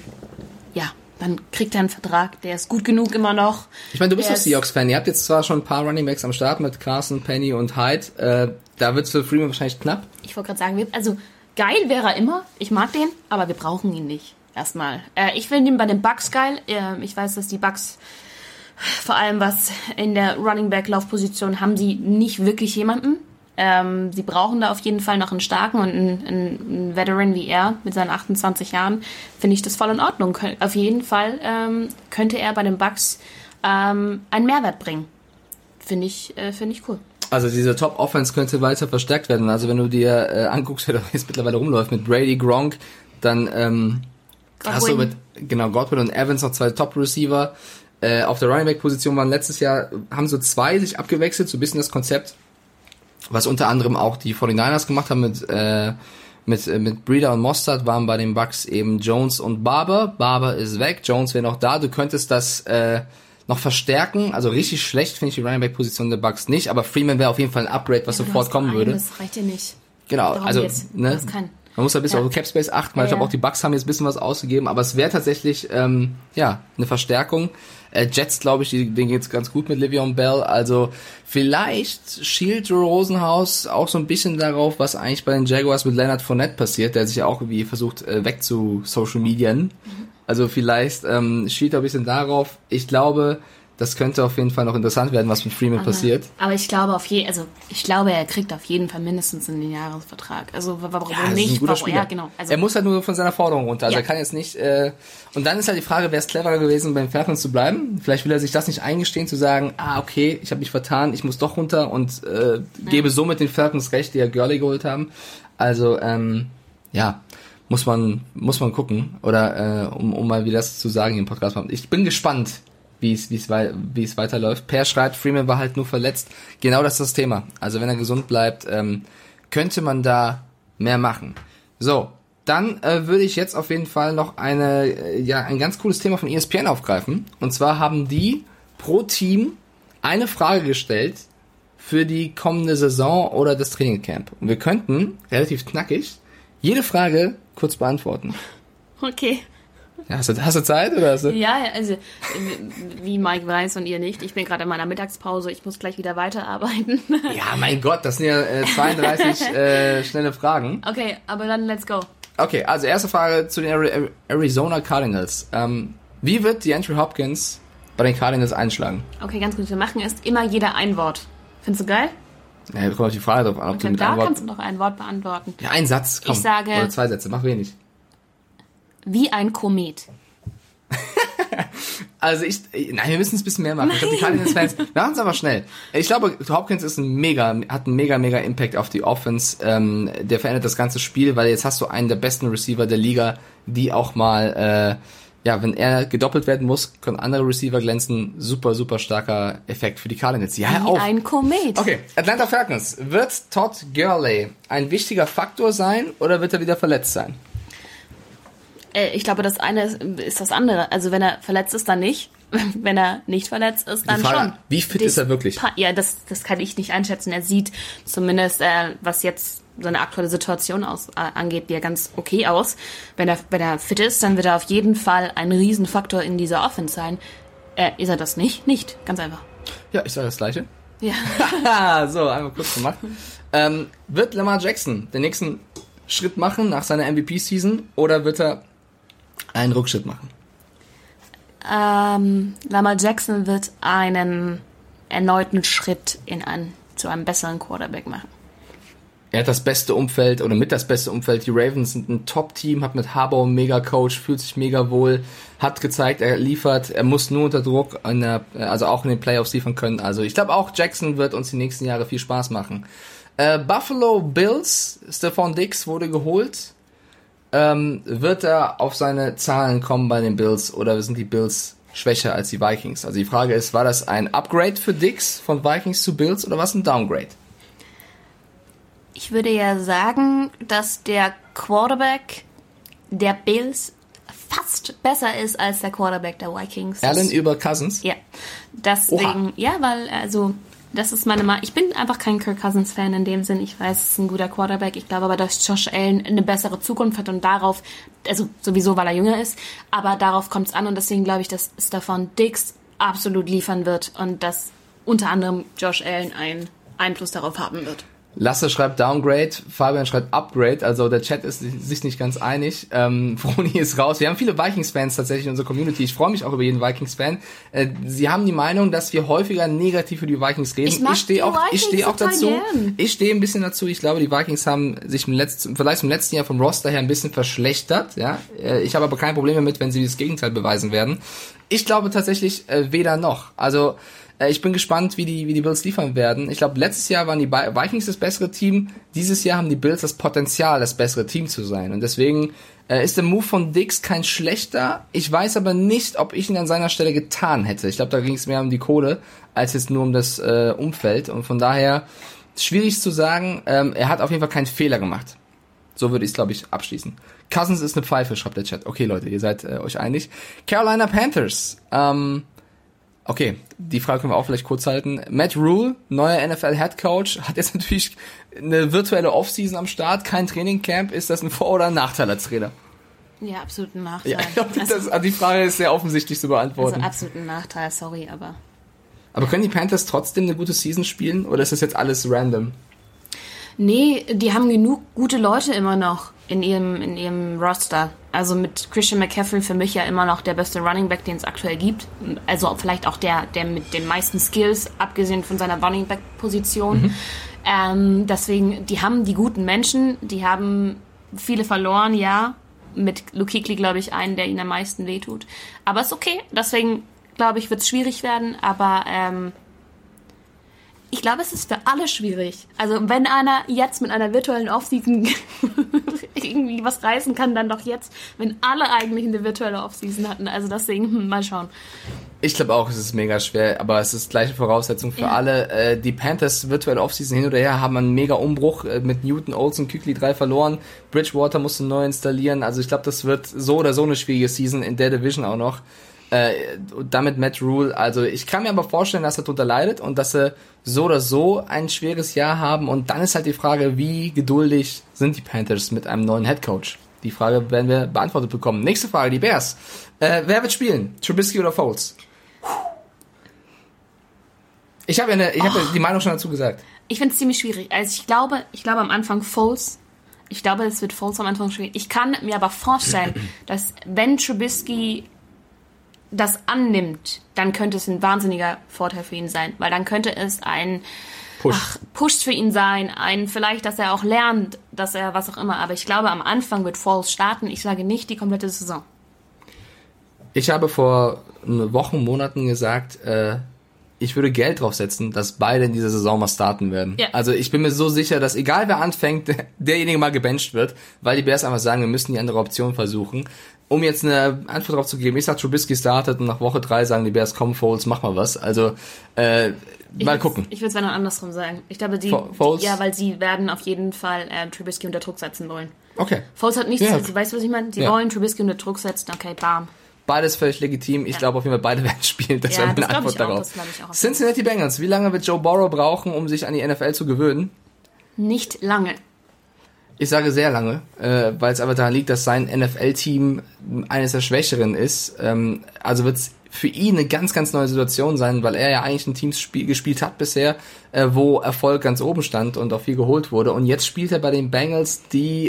kriegt er einen Vertrag, der ist gut genug immer noch. Ich meine, du bist doch Seahawks-Fan. Ihr habt jetzt zwar schon ein paar Running Backs am Start mit Carson, Penny und Hyde. Da wird es für Freeman wahrscheinlich knapp. Ich wollte gerade sagen, also geil wäre er immer. Ich mag den, aber wir brauchen ihn nicht. Erstmal. Ich finde ihn bei den Bucks geil. Ich weiß, dass die Bucks, vor allem was in der Running Back-Laufposition, haben sie nicht wirklich jemanden. Sie brauchen da auf jeden Fall noch einen starken und einen Veteran wie er mit seinen 28 Jahren. Finde ich das voll in Ordnung. Auf jeden Fall könnte er bei den Bucks einen Mehrwert bringen. Finde ich cool. Also diese Top-Offense könnte weiter verstärkt werden. Also wenn du dir anguckst, wer da jetzt mittlerweile rumläuft mit Brady, Gronk, dann hast du mit Godwin und Evans noch zwei Top-Receiver. Auf der Running Back-Position waren letztes Jahr, haben so zwei sich abgewechselt, so ein bisschen das Konzept, was unter anderem auch die 49ers gemacht haben mit Breeder und Mostert, waren bei den Bucks eben Jones und Barber. Barber ist weg, Jones wäre noch da. Du könntest das noch verstärken. Also richtig schlecht finde ich die Running Back Position der Bucks nicht, aber Freeman wäre auf jeden Fall ein Upgrade, was sofort kommen würde. Das reicht dir nicht. Genau, darum also geht's. ne, man muss ein bisschen auf Cap Space achten, weil ich glaube auch die Bucks haben jetzt ein bisschen was ausgegeben, aber es wäre tatsächlich eine Verstärkung. Jets, glaube ich, denen geht's ganz gut mit Le'Veon Bell, also vielleicht schielt Rosenhaus auch so ein bisschen darauf, was eigentlich bei den Jaguars mit Leonard Fournette passiert, der sich ja auch irgendwie versucht weg zu Social Medien. Also vielleicht schielt er ein bisschen darauf. Ich glaube, das könnte auf jeden Fall noch interessant werden, was mit Freeman passiert. Aber ich glaube er kriegt auf jeden Fall mindestens einen Jahresvertrag. Also warum nicht? Genau. Also, er muss halt nur von seiner Forderung runter. Also er kann jetzt nicht. Und dann ist halt die Frage, wäre es cleverer gewesen, beim Falcons zu bleiben? Vielleicht will er sich das nicht eingestehen, zu sagen, okay, ich habe mich vertan, ich muss doch runter und gebe somit den Falcons recht, die ja Gurley geholt haben. Also muss man gucken oder um mal wieder das zu sagen im Podcast. Ich bin gespannt, wie es weiterläuft. Per schreibt, Freeman war halt nur verletzt. Genau das ist das Thema. Also wenn er gesund bleibt, könnte man da mehr machen. So, dann würde ich jetzt auf jeden Fall noch ein ganz cooles Thema von ESPN aufgreifen. Und zwar haben die pro Team eine Frage gestellt für die kommende Saison oder das Trainingcamp. Und wir könnten relativ knackig jede Frage kurz beantworten. Okay. Ja, hast du Zeit oder hast du? Ja, also wie Mike weiß und ihr nicht, ich bin gerade in meiner Mittagspause, ich muss gleich wieder weiterarbeiten. Ja, mein Gott, das sind ja 32 schnelle Fragen. Okay, aber dann let's go. Okay, also erste Frage zu den Arizona Cardinals. Wie wird DeAndre Hopkins bei den Cardinals einschlagen? Okay, ganz gut. Wir machen erst immer jeder ein Wort. Findest du geil? Ja, da kommt auf die Frage drauf an. Ob du mit da kannst du noch ein Wort beantworten. Ja, ein Satz, komm. Ich sage... Oder 2 Sätze, mach wenig. Wie ein Komet. Also nein, wir müssen es ein bisschen mehr machen. Ich glaube, die Cardinals-Fans, wir machen es aber schnell. Ich glaube, Hopkins hat einen mega Impact auf die Offense. Der verändert das ganze Spiel, weil jetzt hast du einen der besten Receiver der Liga, die auch mal, wenn er gedoppelt werden muss, können andere Receiver glänzen. Super, super starker Effekt für die Cardinals. Ja, wie ein Komet. Okay, Atlanta Falcons. Wird Todd Gurley ein wichtiger Faktor sein oder wird er wieder verletzt sein? Ich glaube, das eine ist das andere. Also wenn er verletzt ist, dann nicht. Wenn er nicht verletzt ist, dann schon. Wie fit ist er wirklich? Ja, das kann ich nicht einschätzen. Er sieht zumindest, was jetzt seine aktuelle Situation angeht, ja ganz okay aus. Wenn er fit ist, dann wird er auf jeden Fall ein Riesenfaktor in dieser Offense sein. Ist er das nicht? Nicht. Ganz einfach. Ja, ich sage das Gleiche. Ja. So, einmal kurz gemacht. Wird Lamar Jackson den nächsten Schritt machen nach seiner MVP-Season oder wird er einen Rückschritt machen? Lamar Jackson wird einen erneuten Schritt zu einem besseren Quarterback machen. Er hat das beste Umfeld oder mit das beste Umfeld. Die Ravens sind ein Top-Team, hat mit Harbaugh einen Mega-Coach, fühlt sich mega wohl, hat gezeigt, er liefert, er muss nur unter Druck, also auch in den Playoffs liefern können. Also ich glaube auch, Jackson wird uns die nächsten Jahre viel Spaß machen. Buffalo Bills, Stephon Diggs wurde geholt. Wird er auf seine Zahlen kommen bei den Bills oder sind die Bills schwächer als die Vikings? Also die Frage ist, war das ein Upgrade für Diggs von Vikings zu Bills oder was ein Downgrade? Ich würde ja sagen, dass der Quarterback der Bills fast besser ist als der Quarterback der Vikings. Allen über Cousins? Ja. Deswegen, weil das ist meine Meinung. Ich bin einfach kein Kirk Cousins-Fan in dem Sinn. Ich weiß, es ist ein guter Quarterback. Ich glaube aber, dass Josh Allen eine bessere Zukunft hat und darauf, also sowieso, weil er jünger ist, aber darauf kommt es an und deswegen glaube ich, dass Stephon Diggs absolut liefern wird und dass unter anderem Josh Allen einen Einfluss darauf haben wird. Lasse schreibt Downgrade, Fabian schreibt Upgrade, also der Chat ist sich nicht ganz einig. Froni ist raus. Wir haben viele Vikings-Fans tatsächlich in unserer Community. Ich freue mich auch über jeden Vikings-Fan. Sie haben die Meinung, dass wir häufiger negativ für die Vikings reden. Ich stehe auch dazu. Gern. Ich stehe ein bisschen dazu. Ich glaube, die Vikings haben sich vielleicht im letzten Jahr vom Roster her ein bisschen verschlechtert. Ja, ich habe aber kein Problem damit, wenn sie das Gegenteil beweisen werden. Ich glaube tatsächlich weder noch. Also ich bin gespannt, wie die Bills liefern werden. Ich glaube, letztes Jahr waren die Vikings das bessere Team. Dieses Jahr haben die Bills das Potenzial, das bessere Team zu sein. Und deswegen ist der Move von Diggs kein schlechter. Ich weiß aber nicht, ob ich ihn an seiner Stelle getan hätte. Ich glaube, da ging es mehr um die Kohle, als jetzt nur um das Umfeld. Und von daher, schwierig zu sagen. Er hat auf jeden Fall keinen Fehler gemacht. So würde ich es, glaube ich, abschließen. Cousins ist eine Pfeife, schreibt der Chat. Okay, Leute, ihr seid euch einig. Carolina Panthers. Okay, die Frage können wir auch vielleicht kurz halten. Matt Rule, neuer NFL-Headcoach, hat jetzt natürlich eine virtuelle Offseason am Start, kein Trainingcamp. Ist das ein Vor- oder ein Nachteil als Trainer? Ja, absolut ein Nachteil. Ja, ich glaube, die Frage ist sehr offensichtlich zu beantworten. Also absolut ein Nachteil, sorry, aber... Aber können die Panthers trotzdem eine gute Season spielen oder ist das jetzt alles random? Nee, die haben genug gute Leute immer noch in ihrem Roster. Also mit Christian McCaffrey für mich ja immer noch der beste Running Back, den es aktuell gibt. Also vielleicht auch der mit den meisten Skills, abgesehen von seiner Running Back Position. Deswegen, die haben die guten Menschen, die haben viele verloren, ja. Mit Luke Kuechly, glaube ich, einen, der ihnen am meisten wehtut. Aber ist okay. Deswegen, glaube ich, wird es schwierig werden. Aber ich glaube, es ist für alle schwierig. Also wenn einer jetzt mit einer virtuellen Offseason irgendwie was reißen kann, dann doch jetzt, wenn alle eigentlich eine virtuelle Offseason hatten. Also deswegen, mal schauen. Ich glaube auch, es ist mega schwer, aber es ist gleiche Voraussetzung für alle. Die Panthers virtuelle Offseason hin oder her haben einen mega Umbruch mit Newton, Olsen, Kuechly 3 verloren. Bridgewater musste neu installieren. Also ich glaube, das wird so oder so eine schwierige Season in der Division auch noch. Damit Matt Rule, also ich kann mir aber vorstellen, dass er darunter leidet und dass sie so oder so ein schweres Jahr haben und dann ist halt die Frage, wie geduldig sind die Panthers mit einem neuen Headcoach? Die Frage werden wir beantwortet bekommen. Nächste Frage, die Bears. Wer wird spielen? Trubisky oder Foles? Ich habe ja die Meinung schon dazu gesagt. Ich finde es ziemlich schwierig. Also ich glaube am Anfang Foles, Ich glaube, es wird Foles am Anfang schwierig. Ich kann mir aber vorstellen, dass wenn Trubisky das annimmt, dann könnte es ein wahnsinniger Vorteil für ihn sein, weil dann könnte es ein Push für ihn sein, vielleicht, dass er auch lernt, dass er was auch immer. Aber ich glaube, am Anfang wird Foles starten. Ich sage nicht die komplette Saison. Ich habe vor Wochen, Monaten gesagt, ich würde Geld drauf setzen, dass beide in dieser Saison mal starten werden. Ja. Also ich bin mir so sicher, dass egal wer anfängt, derjenige mal gebencht wird, weil die Bears einfach sagen, wir müssen die andere Option versuchen. Um jetzt eine Antwort darauf zu geben, ich sag, Trubisky startet und nach Woche 3 sagen die Bears, komm, Foles, mach mal was. Also mal gucken. Ich würde es noch andersrum sagen. Ich glaube, weil sie werden auf jeden Fall Trubisky unter Druck setzen wollen. Okay. Foles hat nichts, weißt du, was ich meine? Sie wollen Trubisky unter Druck setzen, okay, bam. Beides völlig legitim. Ich glaube auf jeden Fall, beide werden spielen. Das wäre eine Antwort darauf. Cincinnati Bengals. Wie lange wird Joe Burrow brauchen, um sich an die NFL zu gewöhnen? Nicht lange. Ich sage sehr lange, weil es aber daran liegt, dass sein NFL-Team eines der Schwächeren ist. Also wird es für ihn eine ganz, ganz neue Situation sein, weil er ja eigentlich ein Team gespielt hat bisher, wo Erfolg ganz oben stand und auch viel geholt wurde. Und jetzt spielt er bei den Bengals, die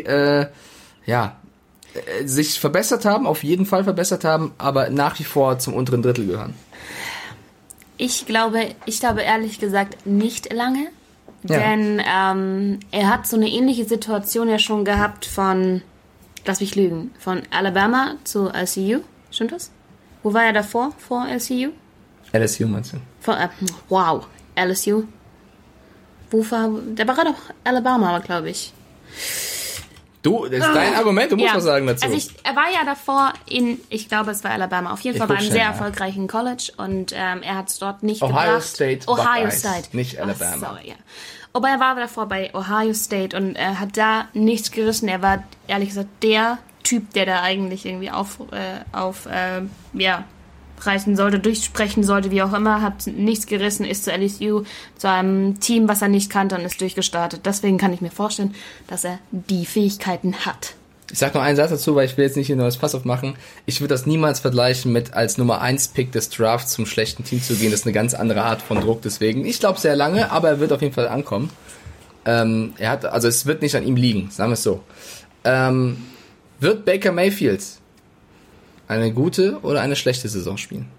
sich verbessert haben, auf jeden Fall verbessert haben, aber nach wie vor zum unteren Drittel gehören. Ich glaube ehrlich gesagt nicht lange, denn er hat so eine ähnliche Situation ja schon gehabt von Alabama zu LSU, stimmt das? Wo war er davor, vor LSU? LSU meinst du? LSU. Der war doch Alabama, glaube ich. Du, das ist dein Argument, du musst was sagen dazu. Also er war ja davor ich glaube, es war Alabama. Auf jeden Fall war er in einem sehr erfolgreichen College und er hat es dort nicht Ohio gebracht. Ohio State, nicht Alabama. So, ja. Aber er war davor bei Ohio State und er hat da nichts gerissen. Er war, ehrlich gesagt, der Typ, der da eigentlich irgendwie reißen sollte, durchsprechen sollte, wie auch immer, hat nichts gerissen, ist zu LSU, zu einem Team, was er nicht kannte und ist durchgestartet. Deswegen kann ich mir vorstellen, dass er die Fähigkeiten hat. Ich sag nur einen Satz dazu, weil ich will jetzt nicht ein neues Pass aufmachen. Ich würde das niemals vergleichen mit als Nummer 1 Pick des Drafts zum schlechten Team zu gehen. Das ist eine ganz andere Art von Druck, deswegen. Ich glaube sehr lange, aber er wird auf jeden Fall ankommen. Es wird nicht an ihm liegen, sagen wir es so. Wird Baker Mayfield eine gute oder eine schlechte Saison spielen?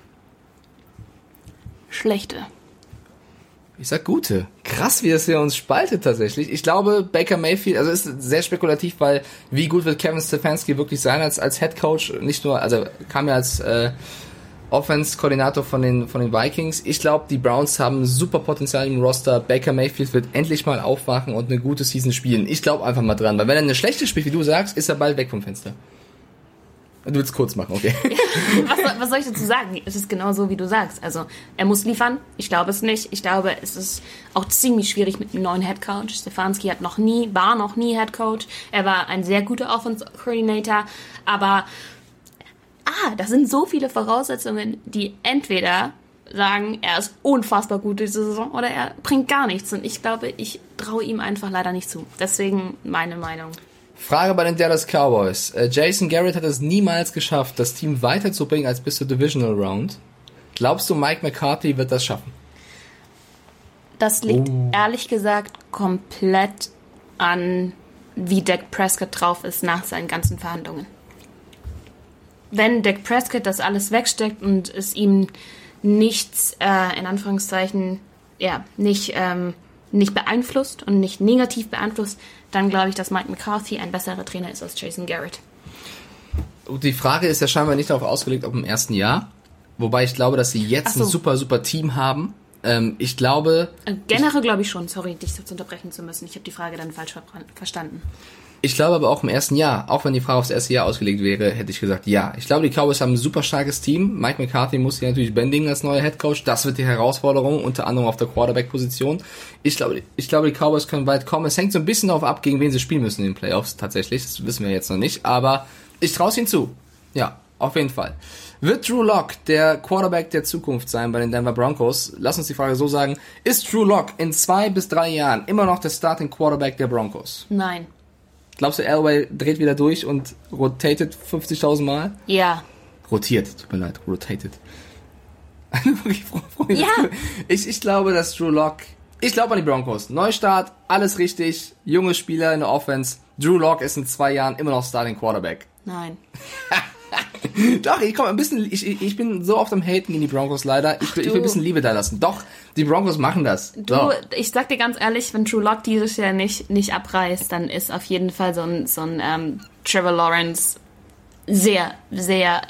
Schlechte. Ich sag gute. Krass, wie das hier uns spaltet tatsächlich. Ich glaube, Baker Mayfield, also ist sehr spekulativ, weil wie gut wird Kevin Stefanski wirklich sein als Head Coach? Nicht nur, also kam ja als Offense-Koordinator von den Vikings. Ich glaube, die Browns haben super Potenzial im Roster. Baker Mayfield wird endlich mal aufwachen und eine gute Season spielen. Ich glaube einfach mal dran, weil wenn er eine schlechte spielt, wie du sagst, ist er bald weg vom Fenster. Du willst kurz machen, okay. Was soll ich dazu sagen? Es ist genau so, wie du sagst. Also, er muss liefern. Ich glaube es nicht. Ich glaube, es ist auch ziemlich schwierig mit einem neuen Headcoach. Stefanski war noch nie Headcoach. Er war ein sehr guter Offense-Coordinator. Aber, das sind so viele Voraussetzungen, die entweder sagen, er ist unfassbar gut diese Saison oder er bringt gar nichts. Und ich glaube, ich traue ihm einfach leider nicht zu. Deswegen meine Meinung. Frage bei den Dallas Cowboys. Jason Garrett hat es niemals geschafft, das Team weiterzubringen als bis zur Divisional Round. Glaubst du, Mike McCarthy wird das schaffen? Das liegt ehrlich gesagt komplett an, wie Dak Prescott drauf ist nach seinen ganzen Verhandlungen. Wenn Dak Prescott das alles wegsteckt und es ihm nichts, in Anführungszeichen, nicht beeinflusst und nicht negativ beeinflusst, dann glaube ich, dass Mike McCarthy ein besserer Trainer ist als Jason Garrett. Die Frage ist ja scheinbar nicht darauf ausgelegt, ob im ersten Jahr. Wobei ich glaube, dass sie jetzt ein super, super Team haben. Ich glaube... Generell glaube ich schon. Sorry, dich zu unterbrechen zu müssen. Ich habe die Frage dann falsch verstanden. Ich glaube aber auch im ersten Jahr, auch wenn die Frage aufs erste Jahr ausgelegt wäre, hätte ich gesagt, ja. Ich glaube, die Cowboys haben ein super starkes Team. Mike McCarthy muss sich natürlich bändigen als neuer Headcoach. Das wird die Herausforderung, unter anderem auf der Quarterback-Position. Ich glaube, die Cowboys können weit kommen. Es hängt so ein bisschen darauf ab, gegen wen sie spielen müssen in den Playoffs, tatsächlich. Das wissen wir jetzt noch nicht, aber ich traue es ihnen zu. Ja, auf jeden Fall. Wird Drew Lock der Quarterback der Zukunft sein bei den Denver Broncos? Lass uns die Frage so sagen. Ist Drew Lock in 2 bis 3 Jahren immer noch der Starting Quarterback der Broncos? Nein. Glaubst du, Elway dreht wieder durch und rotated 50.000 Mal? Ja. Rotiert, tut mir leid, rotated. Ja. Ich glaube, dass Drew Lock Ich glaube an die Broncos. Neustart, alles richtig, junge Spieler in der Offense. Drew Lock ist in 2 Jahren immer noch Starting Quarterback. Nein. Doch, ich bin so oft am Haten gegen die Broncos leider. Ich will ein bisschen Liebe da lassen. Doch, die Broncos machen das. So. Ich sag dir ganz ehrlich, wenn Drew Lock dieses Jahr nicht abreißt, dann ist auf jeden Fall so ein Trevor Lawrence sehr, sehr,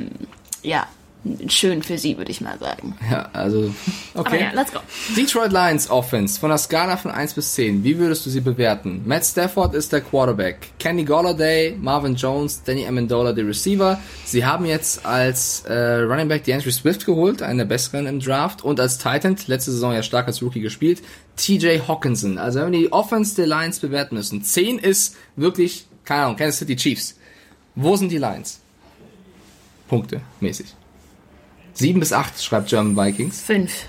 schön für sie, würde ich mal sagen. Ja, also, okay. Aber ja, let's go. Detroit Lions Offense, von der Skala von 1 bis 10, wie würdest du sie bewerten? Matt Stafford ist der Quarterback, Kenny Golladay, Marvin Jones, Danny Amendola die Receiver. Sie haben jetzt als Running Back DeAndre Swift geholt, einen der besseren im Draft, und als Titan, letzte Saison ja stark als Rookie gespielt, TJ Hawkinson. Also wenn wir die Offense der Lions bewerten müssen, 10 ist wirklich, keine Ahnung, Kansas City Chiefs. Wo sind die Lions? Punkte mäßig. 7 bis 8, schreibt German Vikings. 5.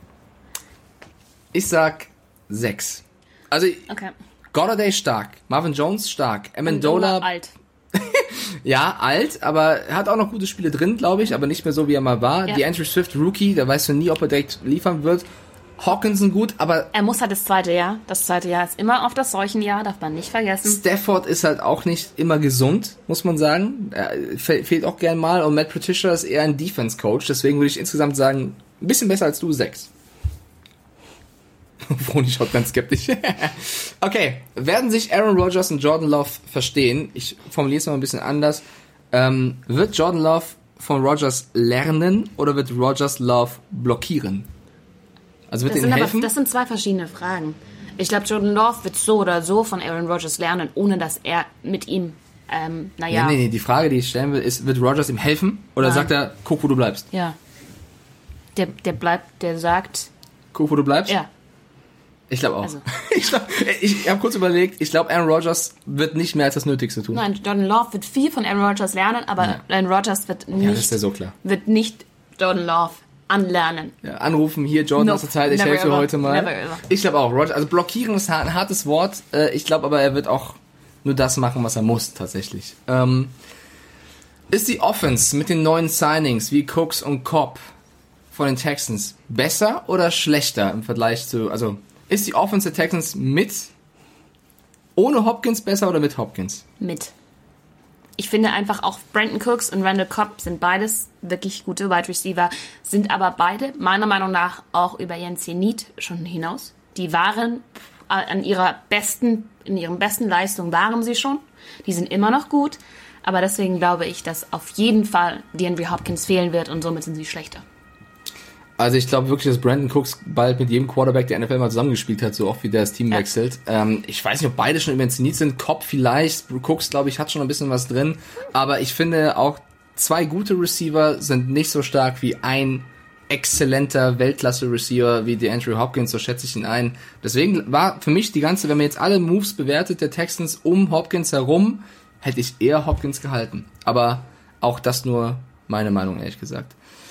Ich sag 6. Also, okay. Golladay stark, Marvin Jones stark, Amendola alt. Ja, alt, aber er hat auch noch gute Spiele drin, glaube ich, aber nicht mehr so, wie er mal war. Ja. DeAndre Swift, Rookie, da weißt du nie, ob er direkt liefern wird. Hawkinson gut, aber er muss halt das zweite Jahr. Das zweite Jahr ist immer auf das Seuchenjahr, darf man nicht vergessen. Stafford ist halt auch nicht immer gesund, muss man sagen. Er fehlt auch gern mal, und Matt Patricia ist eher ein Defense-Coach, deswegen würde ich insgesamt sagen, ein bisschen besser als du, 6. Vroni schaut ganz skeptisch. Okay, werden sich Aaron Rodgers und Jordan Love verstehen? Ich formuliere es mal ein bisschen anders. Wird Jordan Love von Rodgers lernen oder wird Rodgers Love blockieren? Also wird ihm helfen? Das sind 2 verschiedene Fragen. Ich glaube, Jordan Love wird so oder so von Aaron Rodgers lernen, ohne dass er mit ihm, Nee, die Frage, die ich stellen will, ist, wird Rodgers ihm helfen? Oder sagt er, guck, wo du bleibst? Ja. Der sagt... Guck, wo du bleibst? Ja. Ich glaube auch. Also. Ich habe kurz überlegt, ich glaube, Aaron Rodgers wird nicht mehr als das Nötigste tun. Nein, Jordan Love wird viel von Aaron Rodgers lernen, aber Aaron Rodgers wird nicht... Ja, das ist ja so klar. Wird nicht Jordan Love anlernen. Ja, anrufen, hier, Jordan, hast du Zeit, ich helfe dir heute mal. Never ever. Ich glaube auch, Rodgers, also blockieren ist ein hartes Wort. Ich glaube aber, er wird auch nur das machen, was er muss, tatsächlich. Ist die Offense mit den neuen Signings wie Cooks und Cobb von den Texans besser oder schlechter im Vergleich zu, also ist die Offense der Texans ohne Hopkins besser oder mit Hopkins? Mit. Ich finde einfach auch Brandon Cooks und Randall Cobb sind beides wirklich gute Wide Receiver, sind aber beide meiner Meinung nach auch über ihren Zenit schon hinaus. Die waren in ihrem besten Leistung waren sie schon. Die sind immer noch gut, aber deswegen glaube ich, dass auf jeden Fall DeAndre Hopkins fehlen wird und somit sind sie schlechter. Also ich glaube wirklich, dass Brandon Cooks bald mit jedem Quarterback der NFL mal zusammengespielt hat, so oft wie der das Team wechselt. Ich weiß nicht, ob beide schon über den Zenit sind. Cobb vielleicht, Cooks, glaube ich, hat schon ein bisschen was drin. Aber ich finde auch, 2 gute Receiver sind nicht so stark wie ein exzellenter Weltklasse-Receiver wie DeAndre Hopkins, so schätze ich ihn ein. Deswegen war für mich wenn man jetzt alle Moves bewertet der Texans um Hopkins herum, hätte ich eher Hopkins gehalten. Aber auch das nur meine Meinung, ehrlich gesagt.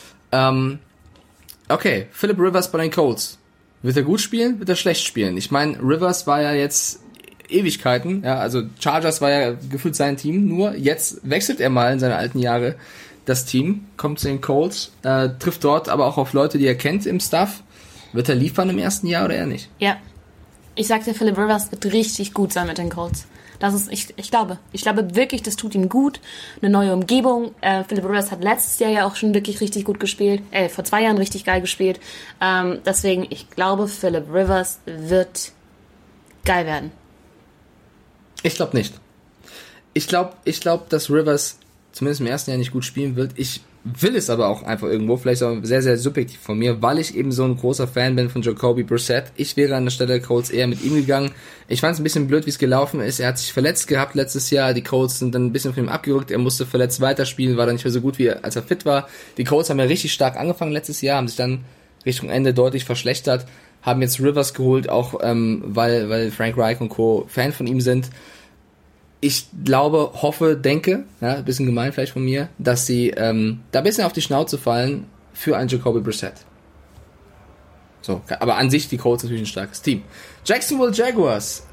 Okay, Philip Rivers bei den Colts. Wird er gut spielen? Wird er schlecht spielen? Ich meine, Rivers war ja jetzt Ewigkeiten, ja, also Chargers war ja gefühlt sein Team, nur jetzt wechselt er mal in seine alten Jahre das Team, kommt zu den Colts, trifft dort aber auch auf Leute, die er kennt im Staff. Wird er liefern im ersten Jahr oder eher nicht? Ja, ich sagte, Philip Rivers wird richtig gut sein mit den Colts. Das ist, ich glaube wirklich, das tut ihm gut. Eine neue Umgebung. Philip Rivers hat letztes Jahr ja auch schon wirklich richtig gut gespielt. Vor 2 Jahren richtig geil gespielt. Deswegen, ich glaube, Philip Rivers wird geil werden. Ich glaube nicht. Ich glaube, dass Rivers zumindest im ersten Jahr nicht gut spielen wird. Ich will es aber auch einfach irgendwo, vielleicht auch sehr, sehr subjektiv von mir, weil ich eben so ein großer Fan bin von Jacoby Brissett. Ich wäre an der Stelle der Colts eher mit ihm gegangen. Ich fand es ein bisschen blöd, wie es gelaufen ist. Er hat sich verletzt gehabt letztes Jahr. Die Colts sind dann ein bisschen von ihm abgerückt. Er musste verletzt weiterspielen, war dann nicht mehr so gut, wie als er fit war. Die Colts haben ja richtig stark angefangen letztes Jahr, haben sich dann Richtung Ende deutlich verschlechtert, haben jetzt Rivers geholt, auch weil Frank Reich und Co. Fan von ihm sind. Ich glaube, denke, ja, ein bisschen gemein vielleicht von mir, dass sie da ein bisschen auf die Schnauze fallen für einen Jacoby Brissett. So, aber an sich die Colts natürlich ein starkes Team. Jacksonville Jaguars.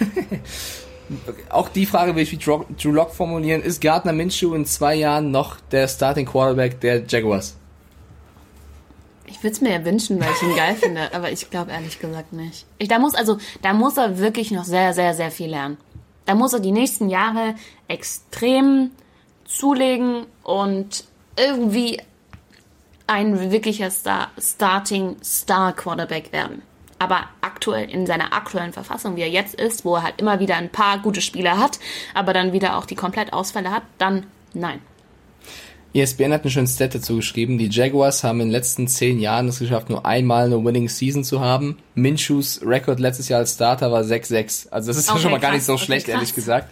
Auch die Frage will ich wie Drew Lock formulieren. Ist Gardner Minshew in 2 Jahren noch der Starting Quarterback der Jaguars? Ich würde es mir ja wünschen, weil ich ihn geil finde, aber ich glaube ehrlich gesagt nicht. Da muss er wirklich noch sehr, sehr, sehr viel lernen. Da muss er die nächsten Jahre extrem zulegen und irgendwie ein wirklicher Starting Star Quarterback werden. Aber aktuell, in seiner aktuellen Verfassung, wie er jetzt ist, wo er halt immer wieder ein paar gute Spieler hat, aber dann wieder auch die Komplettausfälle hat, dann nein. ESPN hat einen schönen Stat dazu geschrieben. Die Jaguars haben in den letzten 10 Jahren es geschafft, nur einmal eine Winning Season zu haben. Minshew's Rekord letztes Jahr als Starter war 6-6. Also das ist ja schon mal gar nicht so schlecht, ehrlich gesagt.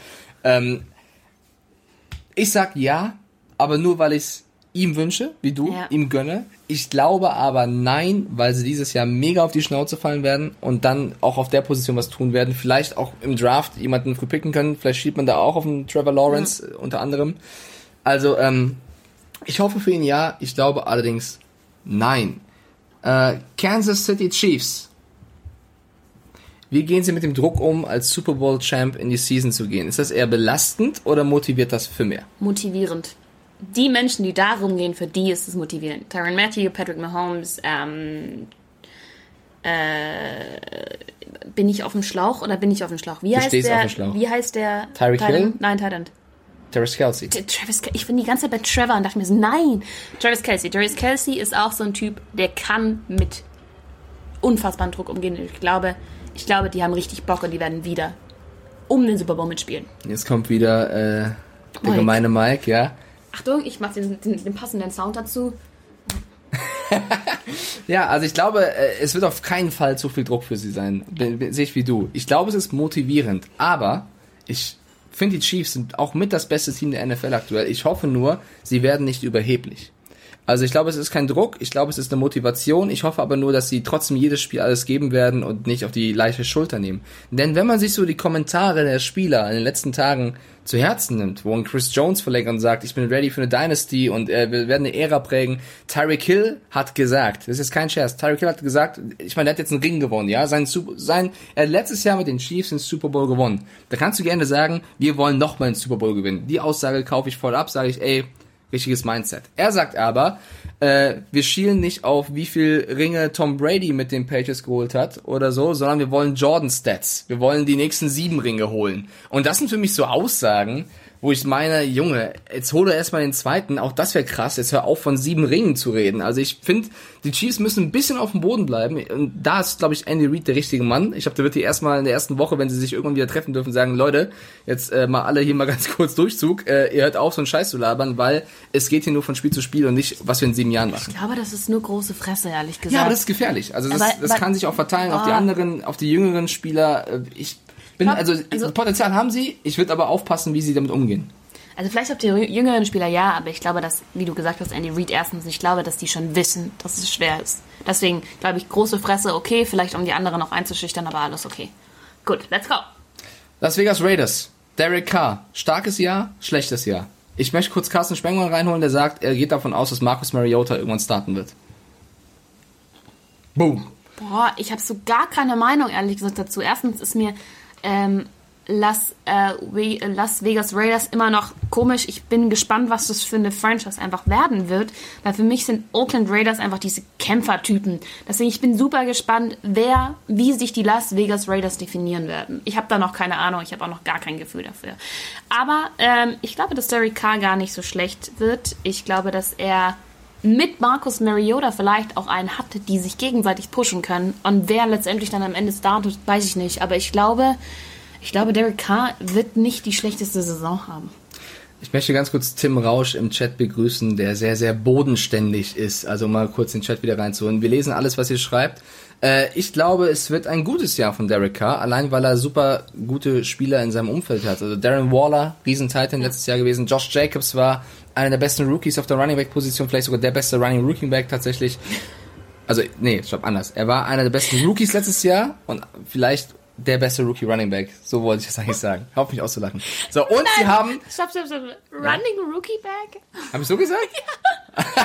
Ich sag ja, aber nur, weil ich es ihm wünsche, wie du, ihm gönne. Ich glaube aber nein, weil sie dieses Jahr mega auf die Schnauze fallen werden und dann auch auf der Position was tun werden. Vielleicht auch im Draft jemanden früh picken können. Vielleicht schiebt man da auch auf einen Trevor Lawrence unter anderem. Also, ich hoffe für ihn ja, ich glaube allerdings nein. Kansas City Chiefs. Wie gehen sie mit dem Druck um, als Super Bowl Champ in die Season zu gehen? Ist das eher belastend oder motiviert das für mehr? Motivierend. Die Menschen, die da rumgehen, für die ist es motivierend. Tyrann Mathieu, Patrick Mahomes, bin ich auf dem Schlauch oder bin ich auf dem Schlauch? Wie heißt der? Tyreek Hill? Nein, Titan. Travis Kelce. Ich bin die ganze Zeit bei Trevor und dachte mir so, nein. Travis Kelce ist auch so ein Typ, der kann mit unfassbaren Druck umgehen. Ich glaube, die haben richtig Bock und die werden wieder um den Super Bowl mitspielen. Jetzt kommt wieder der gemeine Mike, ja. Achtung, ich mache den passenden Sound dazu. Ja, also ich glaube, es wird auf keinen Fall zu viel Druck für sie sein. Sehe ich wie du. Ich glaube, es ist motivierend. Aber ich finde, die Chiefs sind auch mit das beste Team der NFL aktuell. Ich hoffe nur, sie werden nicht überheblich. Also ich glaube, es ist kein Druck, ich glaube, es ist eine Motivation. Ich hoffe aber nur, dass sie trotzdem jedes Spiel alles geben werden und nicht auf die leichte Schulter nehmen. Denn wenn man sich so die Kommentare der Spieler in den letzten Tagen zu Herzen nimmt, wo ein Chris Jones verlängert und sagt, ich bin ready für eine Dynasty und wir werden eine Ära prägen. Tyreek Hill hat gesagt, das ist kein Scherz, Tyreek Hill hat gesagt, ich meine, der hat jetzt einen Ring gewonnen, ja, er hat letztes Jahr mit den Chiefs den Super Bowl gewonnen. Da kannst du gerne sagen, wir wollen nochmal einen Super Bowl gewinnen. Die Aussage kaufe ich voll ab, sage ich, richtiges Mindset. Er sagt aber, wir schielen nicht auf, wie viel Ringe Tom Brady mit den Patriots geholt hat oder so, sondern wir wollen Jordan-Stats. Wir wollen die nächsten 7 Ringe holen. Und das sind für mich so Aussagen, wo ich meine, Junge, jetzt hole erstmal den zweiten, auch das wäre krass, jetzt hör auf von 7 Ringen zu reden. Also ich finde, die Chiefs müssen ein bisschen auf dem Boden bleiben und da ist, glaube ich, Andy Reid der richtige Mann. Ich glaube, der wird die erstmal in der ersten Woche, wenn sie sich irgendwann wieder treffen dürfen, sagen, Leute, jetzt mal alle hier mal ganz kurz Durchzug, ihr hört auf, so einen Scheiß zu labern, weil es geht hier nur von Spiel zu Spiel und nicht, was wir in 7 Jahren machen. Ich glaube, das ist nur große Fresse, ehrlich gesagt. Ja, aber das ist gefährlich. Also das kann sich auch verteilen auf die anderen, auf die jüngeren Spieler. Also Potenzial haben sie, ich würde aber aufpassen, wie sie damit umgehen. Also vielleicht auf die jüngeren Spieler ja, aber ich glaube, dass, wie du gesagt hast, Andy Reid erstens, ich glaube, dass die schon wissen, dass es schwer ist. Deswegen glaube ich, große Fresse, okay, vielleicht um die anderen noch einzuschüchtern, aber alles okay. Gut, let's go. Las Vegas Raiders, Derek Carr, starkes Jahr, schlechtes Jahr. Ich möchte kurz Carsten Spengler reinholen, der sagt, er geht davon aus, dass Marcus Mariota irgendwann starten wird. Boom. Boah, ich habe so gar keine Meinung, ehrlich gesagt, dazu. Erstens ist mir Las Vegas Raiders immer noch komisch. Ich bin gespannt, was das für eine Franchise einfach werden wird, weil für mich sind Oakland Raiders einfach diese Kämpfertypen. Deswegen, ich bin super gespannt, wie sich die Las Vegas Raiders definieren werden. Ich habe da noch keine Ahnung, ich habe auch noch gar kein Gefühl dafür. Aber ich glaube, dass Derek Carr gar nicht so schlecht wird. Ich glaube, dass er mit Marcus Mariota vielleicht auch einen hatte, die sich gegenseitig pushen können. Und wer letztendlich dann am Ende startet, weiß ich nicht. Aber ich glaube, Derek Carr wird nicht die schlechteste Saison haben. Ich möchte ganz kurz Tim Rausch im Chat begrüßen, der sehr, sehr bodenständig ist. Also mal kurz den Chat wieder reinzuholen. Wir lesen alles, was ihr schreibt. Ich glaube, es wird ein gutes Jahr von Derek Carr, allein weil er super gute Spieler in seinem Umfeld hat. Also Darren Waller, Riesen-Titan letztes Jahr gewesen. Josh Jacobs war einer der besten Rookies auf der Running-Back-Position, vielleicht sogar der beste Running-Rookie-Back tatsächlich. Also, nee, stopp, anders. Er war einer der besten Rookies letztes Jahr und vielleicht der beste Rookie Running Back. So wollte ich das eigentlich sagen. Hör auf mich auszulachen. So, und sie haben... Stopp. Running Rookie Back? Hab ich so gesagt? Ja.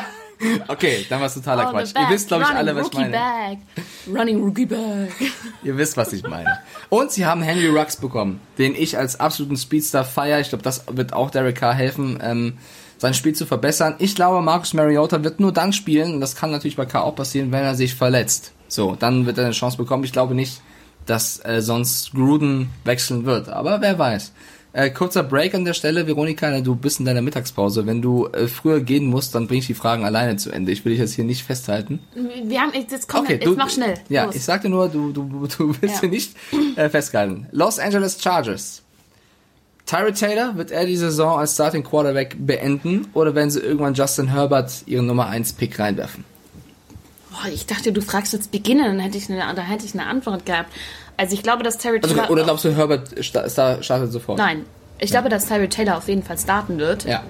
Okay, dann war es totaler Quatsch. Ihr wisst, glaube ich, alle, was ich meine. Running Rookie Back. Ihr wisst, was ich meine. Und sie haben Henry Ruggs bekommen, den ich als absoluten Speedstar feiere. Ich glaube, das wird auch Derek Carr helfen, sein Spiel zu verbessern. Ich glaube, Marcus Mariota wird nur dann spielen, und das kann natürlich bei Carr auch passieren, wenn er sich verletzt. So, dann wird er eine Chance bekommen. Ich glaube nicht, dass sonst Gruden wechseln wird. Aber wer weiß. Kurzer Break an der Stelle. Veronika, du bist in deiner Mittagspause. Wenn du früher gehen musst, dann bringe ich die Fragen alleine zu Ende. Ich will dich jetzt hier nicht festhalten. Wir haben jetzt mach schnell. Ja, los. Ich sagte nur, du willst hier nicht festgehalten. Los Angeles Chargers. Tyrod Taylor, wird er die Saison als Starting Quarterback beenden oder werden sie irgendwann Justin Herbert ihren Nummer 1 Pick reinwerfen? Boah, ich dachte, du fragst jetzt beginnen, dann hätte ich eine Antwort gehabt. Also ich glaube, dass Tyrod Taylor... Oder glaubst du, Herbert startet sofort? Nein, ich glaube, dass Tyrod Taylor auf jeden Fall starten wird. Ja.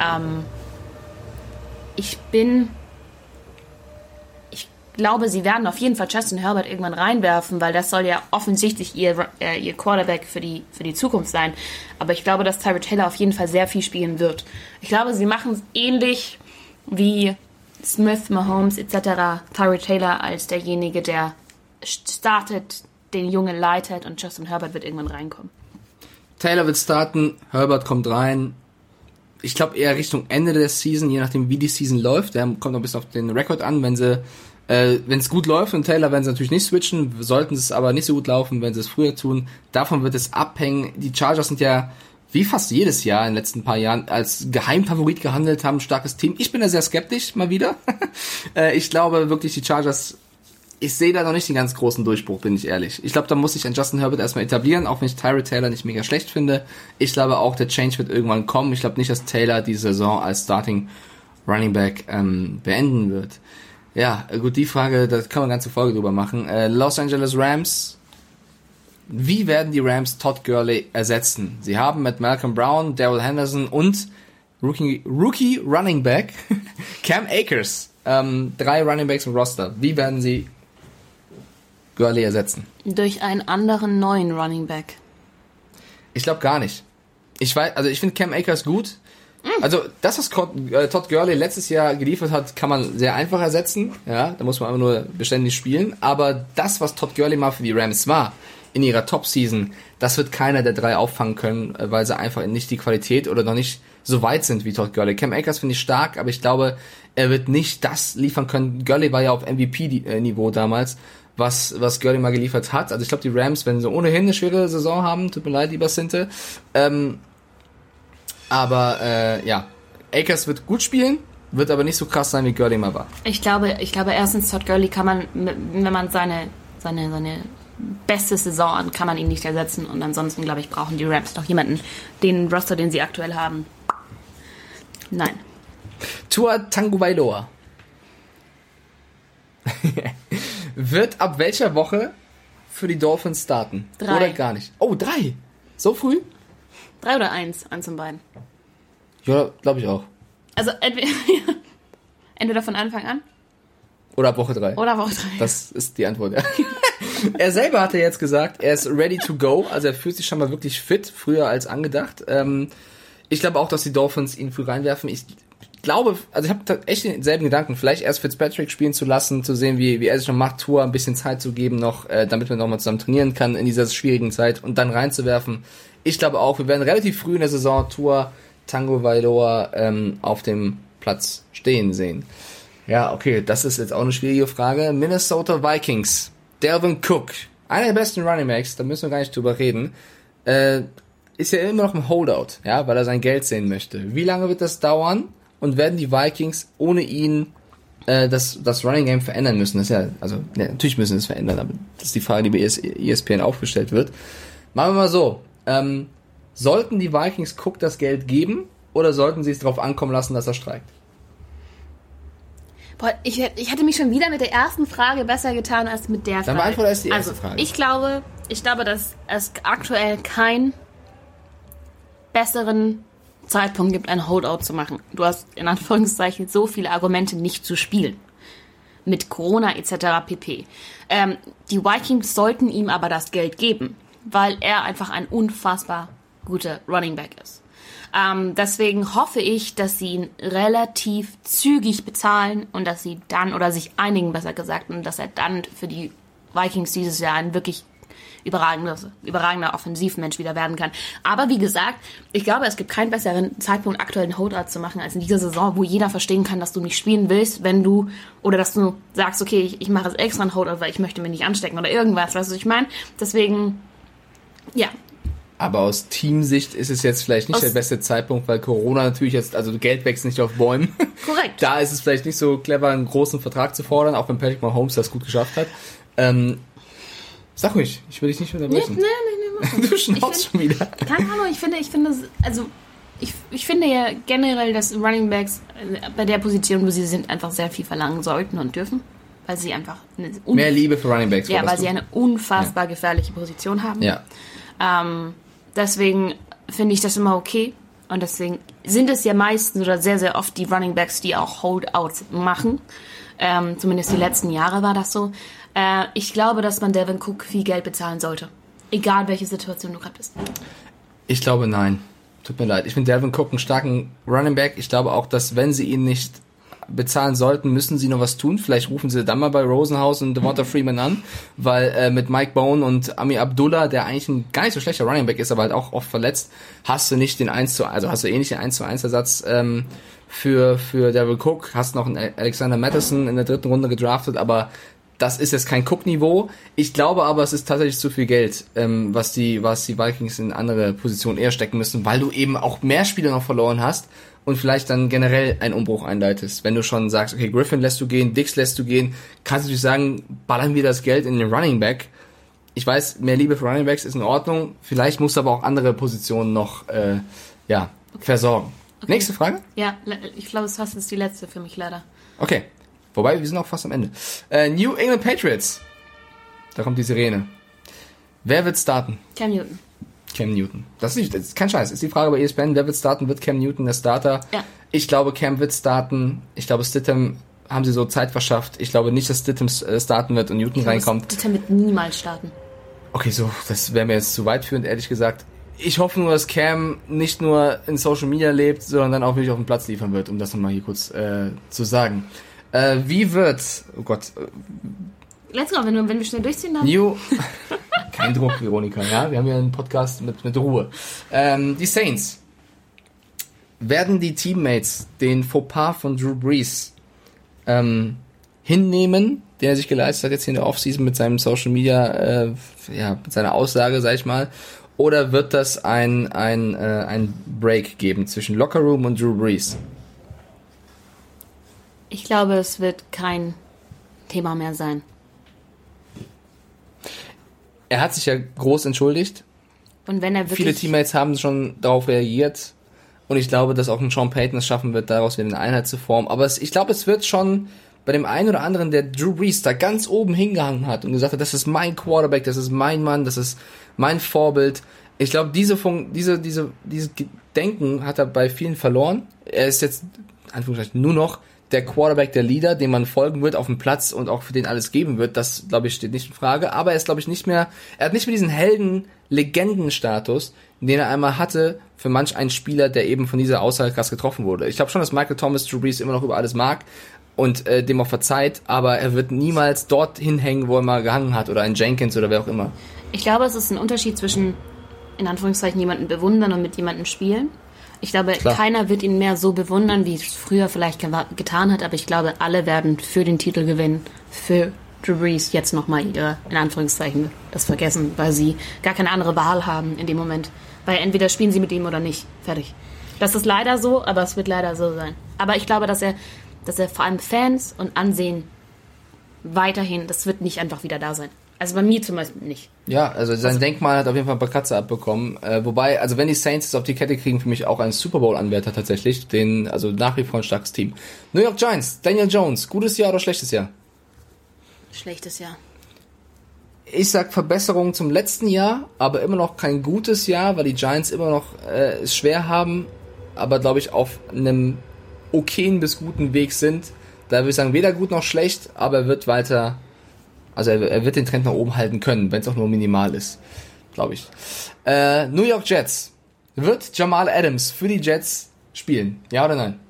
Ich glaube, sie werden auf jeden Fall Justin Herbert irgendwann reinwerfen, weil das soll ja offensichtlich ihr Quarterback für die Zukunft sein. Aber ich glaube, dass Tyrod Taylor auf jeden Fall sehr viel spielen wird. Ich glaube, sie machen es ähnlich wie Smith, Mahomes etc. Tyrod Taylor als derjenige, der startet, den Jungen leitet, und Justin Herbert wird irgendwann reinkommen. Taylor wird starten, Herbert kommt rein. Ich glaube eher Richtung Ende der Season, je nachdem wie die Season läuft. Der kommt noch ein bisschen auf den Rekord an. Wenn es gut läuft und Taylor werden sie natürlich nicht switchen, sollten es aber nicht so gut laufen, wenn sie es früher tun. Davon wird es abhängen. Die Chargers sind ja wie fast jedes Jahr in den letzten paar Jahren als Geheimfavorit gehandelt, haben ein starkes Team. Ich bin da sehr skeptisch, mal wieder. Ich glaube wirklich, die Chargers, ich sehe da noch nicht den ganz großen Durchbruch, bin ich ehrlich. Ich glaube, da muss sich ein Justin Herbert erstmal etablieren, auch wenn ich Tyrod Taylor nicht mega schlecht finde. Ich glaube auch, der Change wird irgendwann kommen. Ich glaube nicht, dass Taylor die Saison als Starting Running Back beenden wird. Ja, gut, die Frage, da kann man eine ganze Folge drüber machen. Los Angeles Rams. Wie werden die Rams Todd Gurley ersetzen? Sie haben mit Malcolm Brown, Darrell Henderson und Rookie Running Back Cam Akers 3 Running Backs im Roster. Wie werden sie Gurley ersetzen? Durch einen anderen neuen Running Back. Ich glaube gar nicht. Ich finde Cam Akers gut. Also das, was Todd Gurley letztes Jahr geliefert hat, kann man sehr einfach ersetzen. Ja, da muss man einfach nur beständig spielen. Aber das, was Todd Gurley mal für die Rams war, in ihrer Top-Season, das wird keiner der 3 auffangen können, weil sie einfach nicht die Qualität oder noch nicht so weit sind wie Todd Gurley. Cam Akers finde ich stark, aber ich glaube, er wird nicht das liefern können. Gurley war ja auf MVP-Niveau damals, was Gurley mal geliefert hat. Also ich glaube, die Rams, wenn sie ohnehin eine schwere Saison haben, tut mir leid, lieber Sinte, aber Akers wird gut spielen, wird aber nicht so krass sein, wie Gurley mal war. Ich glaube erstens, Todd Gurley kann man, wenn man seine beste Saison an, kann man ihn nicht ersetzen, und ansonsten, glaube ich, brauchen die Rams noch jemanden, den Roster, den sie aktuell haben. Nein. Tua Tagovailoa wird ab welcher Woche für die Dolphins starten? 3. Oder gar nicht? Oh, 3? So früh? 3 oder 1, eins von beiden. Ja, glaube ich auch. Also entweder von Anfang an. Oder ab Woche 3. Oder Woche 3. Das ist die Antwort, ja. Er selber hat ja jetzt gesagt, er ist ready to go. Also er fühlt sich schon mal wirklich fit, früher als angedacht. Ich glaube auch, dass die Dolphins ihn früh reinwerfen. Ich glaube, also ich habe echt denselben Gedanken. Vielleicht erst Fitzpatrick spielen zu lassen, zu sehen, wie er sich noch macht, Tour ein bisschen Zeit zu geben noch, damit man nochmal zusammen trainieren kann in dieser schwierigen Zeit und dann reinzuwerfen. Ich glaube auch, wir werden relativ früh in der Saison Tua Tagovailoa auf dem Platz stehen sehen. Ja, okay, das ist jetzt auch eine schwierige Frage. Minnesota Vikings. Dalvin Cook, einer der besten Running Backs, da müssen wir gar nicht drüber reden, ist ja immer noch im Holdout, ja, weil er sein Geld sehen möchte. Wie lange wird das dauern und werden die Vikings ohne ihn das Running Game verändern müssen? Das ist ja, also natürlich müssen sie es verändern, aber das ist die Frage, die bei ESPN aufgestellt wird. Machen wir mal so, sollten die Vikings Cook das Geld geben oder sollten sie es darauf ankommen lassen, dass er streikt? Boah, ich hätte mich schon wieder mit der ersten Frage besser getan als mit der Frage. Dann beantworte erst die erste Frage. Ich glaube, dass es aktuell keinen besseren Zeitpunkt gibt, einen Holdout zu machen. Du hast in Anführungszeichen so viele Argumente, nicht zu spielen. Mit Corona etc. pp. Die Vikings sollten ihm aber das Geld geben, weil er einfach ein unfassbar guter Running Back ist. Deswegen hoffe ich, dass sie ihn relativ zügig bezahlen und dass sie dann, oder sich einigen, besser gesagt, und dass er dann für die Vikings dieses Jahr ein wirklich überragender Offensivmensch wieder werden kann. Aber wie gesagt, ich glaube, es gibt keinen besseren Zeitpunkt, aktuell einen Holdout zu machen, als in dieser Saison, wo jeder verstehen kann, dass du nicht spielen willst, oder dass du sagst, okay, ich mache jetzt extra einen Holdout, weil ich möchte mich nicht anstecken oder irgendwas, weißt du, was ich meine? Deswegen, ja. Aber aus Teamsicht ist es jetzt vielleicht nicht der beste Zeitpunkt, weil Corona natürlich jetzt, also Geld wächst nicht auf Bäumen. Korrekt. Da ist es vielleicht nicht so clever, einen großen Vertrag zu fordern, auch wenn Patrick Mahomes das gut geschafft hat. Sag ruhig, ich will dich nicht unterbrechen. Nee. Du schnaubst schon wieder. Keine Ahnung, ich finde ja generell, dass Running Backs bei der Position, wo sie sind, einfach sehr viel verlangen sollten und dürfen. Weil sie einfach mehr Liebe für Running Backs. Ja, weil sie eine unfassbar gefährliche Position haben. Ja. Deswegen finde ich das immer okay. Und deswegen sind es ja meistens oder sehr, sehr oft die Running Backs, die auch Holdouts machen. Zumindest die letzten Jahre war das so. Ich glaube, dass man Dalvin Cook viel Geld bezahlen sollte. Egal, welche Situation du gerade bist. Ich glaube, nein. Tut mir leid. Ich finde Dalvin Cook einen starken Running Back. Ich glaube auch, dass wenn sie ihn nicht bezahlen sollten, müssen sie noch was tun. Vielleicht rufen sie dann mal bei Rosenhaus und Devonta Freeman an, weil mit Mike Bone und Ami Abdullah, der eigentlich ein gar nicht so schlechter Running Back ist, aber halt auch oft verletzt, hast du nicht den 1:1 Ersatz für Dalvin Cook, hast noch einen Alexander Mattison in der 3. Runde gedraftet, aber das ist jetzt kein Cook-Niveau. Ich glaube aber, es ist tatsächlich zu viel Geld, was die Vikings in andere Positionen eher stecken müssen, weil du eben auch mehr Spiele noch verloren hast und vielleicht dann generell einen Umbruch einleitest. Wenn du schon sagst, okay, Griffin lässt du gehen, Dix lässt du gehen, kannst du natürlich sagen, ballern wir das Geld in den Running Back. Ich weiß, mehr Liebe für Running Backs ist in Ordnung. Vielleicht musst du aber auch andere Positionen noch versorgen. Okay. Nächste Frage? Ja, ich glaube, das ist die letzte für mich leider. Okay. Wobei, wir sind auch fast am Ende. New England Patriots. Da kommt die Sirene. Wer wird starten? Cam Newton. Das ist kein Scheiß. Ist die Frage bei ESPN. Wer wird starten? Wird Cam Newton der Starter? Ja. Ich glaube, Cam wird starten. Ich glaube, Stidham haben sie so Zeit verschafft. Ich glaube nicht, dass Stidham starten wird und Newton reinkommt. Stidham wird niemals starten. Okay, so, das wäre mir jetzt zu weit führend, ehrlich gesagt. Ich hoffe nur, dass Cam nicht nur in Social Media lebt, sondern dann auch wirklich auf dem Platz liefern wird, um das nochmal hier kurz zu sagen. Wie wird... Oh Gott. Let's go, wenn wir schnell durchziehen dann. Kein Druck, Veronika, ja? Wir haben ja einen Podcast mit Ruhe. Die Saints. Werden die Teammates den Fauxpas von Drew Brees hinnehmen, den er sich geleistet hat jetzt hier in der Offseason mit seinem Social Media, mit seiner Aussage, sag ich mal, oder wird das ein Break geben zwischen Lockerroom und Drew Brees? Ich glaube, es wird kein Thema mehr sein. Er hat sich ja groß entschuldigt. Und wenn er wirklich... Viele Teammates haben schon darauf reagiert. Und ich glaube, dass auch ein Sean Payton es schaffen wird, daraus wieder eine Einheit zu formen. Aber ich glaube, es wird schon bei dem einen oder anderen, der Drew Brees da ganz oben hingehangen hat und gesagt hat, das ist mein Quarterback, das ist mein Mann, das ist mein Vorbild. Ich glaube, dieses Denken hat er bei vielen verloren. Er ist jetzt, Anführungszeichen, nur noch der Quarterback, der Leader, dem man folgen wird auf dem Platz und auch für den alles geben wird. Das, glaube ich, steht nicht in Frage. Aber er ist, glaube ich, er hat nicht mehr diesen Helden-Legenden-Status, den er einmal hatte für manch einen Spieler, der eben von dieser Aussage krass getroffen wurde. Ich glaube schon, dass Michael Thomas Drew Brees immer noch über alles mag und dem auch verzeiht, aber er wird niemals dort hinhängen, wo er mal gehangen hat, oder ein Jenkins oder wer auch immer. Ich glaube, es ist ein Unterschied zwischen, in Anführungszeichen, jemanden bewundern und mit jemandem spielen. Ich glaube, keiner wird ihn mehr so bewundern, wie es früher vielleicht getan hat, aber ich glaube, alle werden für den Titel gewinnen, für Drew Brees jetzt nochmal ihre, in Anführungszeichen, das vergessen, weil sie gar keine andere Wahl haben in dem Moment. Weil entweder spielen sie mit ihm oder nicht. Fertig. Das ist leider so, aber es wird leider so sein. Aber ich glaube, dass er vor allem Fans und Ansehen weiterhin, das wird nicht einfach wieder da sein. Also bei mir zum Beispiel nicht. Ja, also sein Denkmal hat auf jeden Fall ein paar Katze abbekommen. Wobei, also wenn die Saints es auf die Kette kriegen, für mich auch ein Super Bowl-Anwärter tatsächlich. Also nach wie vor ein starkes Team. New York Giants, Daniel Jones, gutes Jahr oder schlechtes Jahr? Schlechtes Jahr. Ich sag Verbesserung zum letzten Jahr, aber immer noch kein gutes Jahr, weil die Giants immer noch es schwer haben, aber glaube ich auf einem okayen bis guten Weg sind. Da würde ich sagen, weder gut noch schlecht, aber er wird weiter... Also er wird den Trend nach oben halten können, wenn es auch nur minimal ist, glaube ich. New York Jets. Wird Jamal Adams für die Jets spielen? Ja oder nein?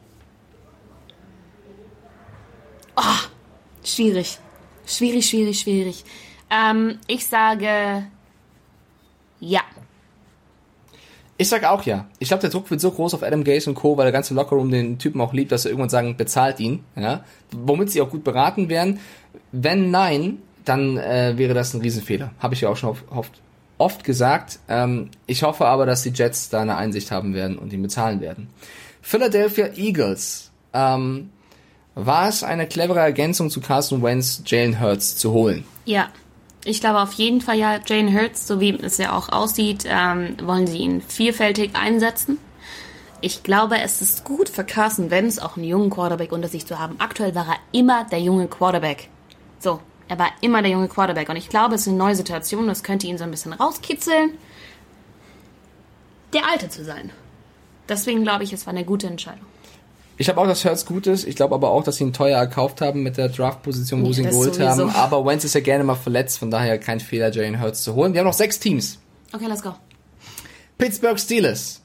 Schwierig. Schwierig. Ich sage ja. Ich sag auch ja. Ich glaube, der Druck wird so groß auf Adam Gase und Co., weil der ganze Lockerroom den Typen auch liebt, dass sie irgendwann sagen, bezahlt ihn. Ja? Womit sie auch gut beraten werden. Wenn nein, dann wäre das ein Riesenfehler. Habe ich ja auch schon oft gesagt. Ich hoffe aber, dass die Jets da eine Einsicht haben werden und ihn bezahlen werden. Philadelphia Eagles. War es eine clevere Ergänzung zu Carson Wentz, Jalen Hurts zu holen? Ja. Ich glaube auf jeden Fall ja, Jalen Hurts, so wie es ja auch aussieht, wollen sie ihn vielfältig einsetzen. Ich glaube, es ist gut für Carson Wentz, auch einen jungen Quarterback unter sich zu haben. Aktuell war er immer der junge Quarterback. So, er war immer der junge Quarterback. Und ich glaube, es ist eine neue Situation, das könnte ihn so ein bisschen rauskitzeln, der Alte zu sein. Deswegen glaube ich, es war eine gute Entscheidung. Ich glaube auch, dass Hurts gut ist. Ich glaube aber auch, dass sie ihn teuer erkauft haben mit der Draft-Position, wo sie ihn geholt haben. Aber Wentz ist ja gerne mal verletzt, von daher kein Fehler, Jalen Hurts zu holen. Wir haben noch 6 Teams. Okay, let's go. Pittsburgh Steelers.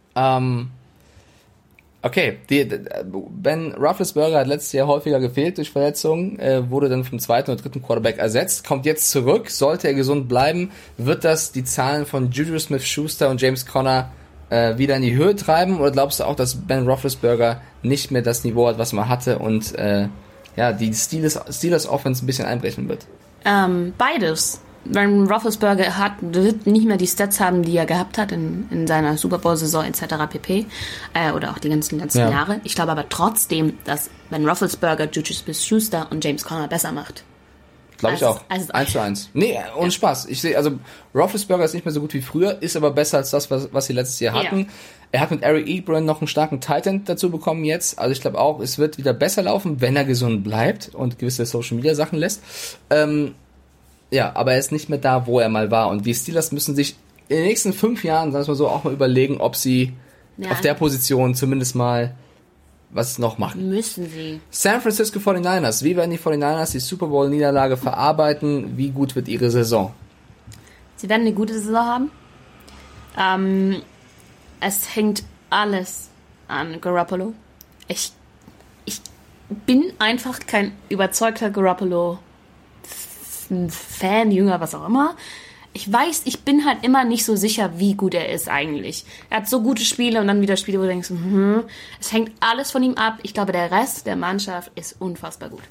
Okay, Ben Roethlisberger hat letztes Jahr häufiger gefehlt durch Verletzungen, wurde dann vom 2. oder 3. Quarterback ersetzt, kommt jetzt zurück. Sollte er gesund bleiben, wird das die Zahlen von Juju Smith-Schuster und James Conner wieder in die Höhe treiben, oder glaubst du auch, dass Ben Roethlisberger nicht mehr das Niveau hat, was man hatte und die Steelers Offense ein bisschen einbrechen wird? Beides. Ben Roethlisberger wird nicht mehr die Stats haben, die er gehabt hat in seiner Super Bowl-Saison etc. pp. Oder auch die ganzen letzten Jahre. Ich glaube aber trotzdem, dass Ben Roethlisberger, Juju Smith-Schuster und James Conner besser macht. Glaube ich auch. 1:1. Nee, ohne Spaß. Ich sehe, also Roethlisberger ist nicht mehr so gut wie früher, ist aber besser als das, was sie letztes Jahr hatten. Ja. Er hat mit Eric Ebron noch einen starken Tight End dazu bekommen jetzt. Also ich glaube auch, es wird wieder besser laufen, wenn er gesund bleibt und gewisse Social Media Sachen lässt. Aber er ist nicht mehr da, wo er mal war. Und die Steelers müssen sich in den nächsten 5 Jahren, sagen wir mal so, auch mal überlegen, ob sie auf der Position zumindest mal was noch machen. Müssen sie. San Francisco 49ers. Wie werden die 49ers die Super Bowl-Niederlage verarbeiten? Wie gut wird ihre Saison? Sie werden eine gute Saison haben. Es hängt alles an Garoppolo. Ich bin einfach kein überzeugter Garoppolo-Fan, Jünger, was auch immer. Ich bin halt immer nicht so sicher, wie gut er ist eigentlich. Er hat so gute Spiele und dann wieder Spiele, wo du denkst, es hängt alles von ihm ab. Ich glaube, der Rest der Mannschaft ist unfassbar gut.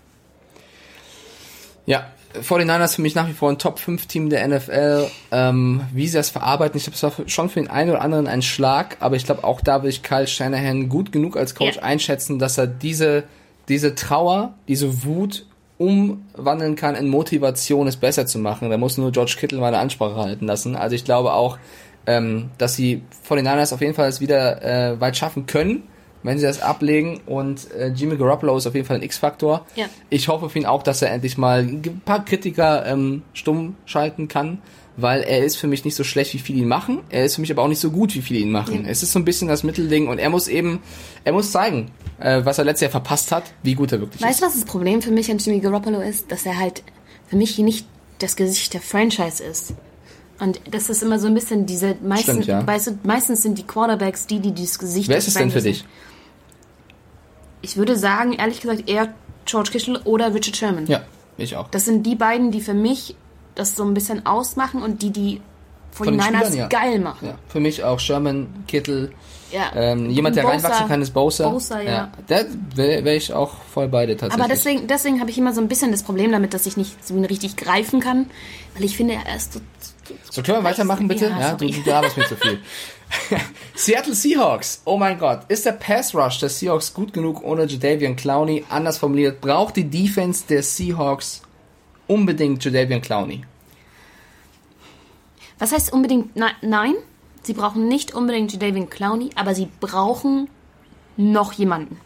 Ja, 49ers für mich nach wie vor ein Top-5-Team der NFL. Wie sie das verarbeiten, ich glaube, es war schon für den einen oder anderen ein Schlag, aber ich glaube, auch da will ich Kyle Shanahan gut genug als Coach einschätzen, dass er diese Trauer, diese Wut umwandeln kann in Motivation, es besser zu machen. Da muss nur George Kittle mal eine Ansprache halten lassen. Also ich glaube auch, dass die 49ers auf jeden Fall es wieder weit schaffen können, wenn sie das ablegen, und Jimmy Garoppolo ist auf jeden Fall ein X-Faktor. Ja. Ich hoffe für ihn auch, dass er endlich mal ein paar Kritiker stumm schalten kann, weil er ist für mich nicht so schlecht, wie viele ihn machen. Er ist für mich aber auch nicht so gut, wie viele ihn machen. Ja. Es ist so ein bisschen das Mittelding, und er muss zeigen, was er letztes Jahr verpasst hat, wie gut er wirklich ist. Weißt du, was das Problem für mich an Jimmy Garoppolo ist? Dass er halt für mich nicht das Gesicht der Franchise ist. Und das ist immer so ein bisschen Stimmt, ja. Weißt du, meistens sind die Quarterbacks die das Gesicht der Franchise sind. Wer ist es denn für dich? Ich würde sagen, ehrlich gesagt, eher George Kittle oder Richard Sherman. Ja, ich auch. Das sind die beiden, die für mich das so ein bisschen ausmachen und die 49ers geil machen. Ja, für mich auch Sherman, Kittle. Ja. Jemand, der reinwachsen kann, ist Bosa. Ja. Da wäre ich auch voll bei dir tatsächlich. Aber deswegen habe ich immer so ein bisschen das Problem damit, dass ich nicht so richtig greifen kann, weil ich finde, er ist so, können wir weitermachen, bitte? Ja, du arbeitest mir zu viel. Seattle Seahawks. Oh mein Gott. Ist der Pass Rush der Seahawks gut genug ohne Jadeveon Clowney? Anders formuliert, braucht die Defense der Seahawks unbedingt Jadeveon Clowney? Was heißt unbedingt? Nein, sie brauchen nicht unbedingt Jadeveon Clowney, aber sie brauchen noch jemanden.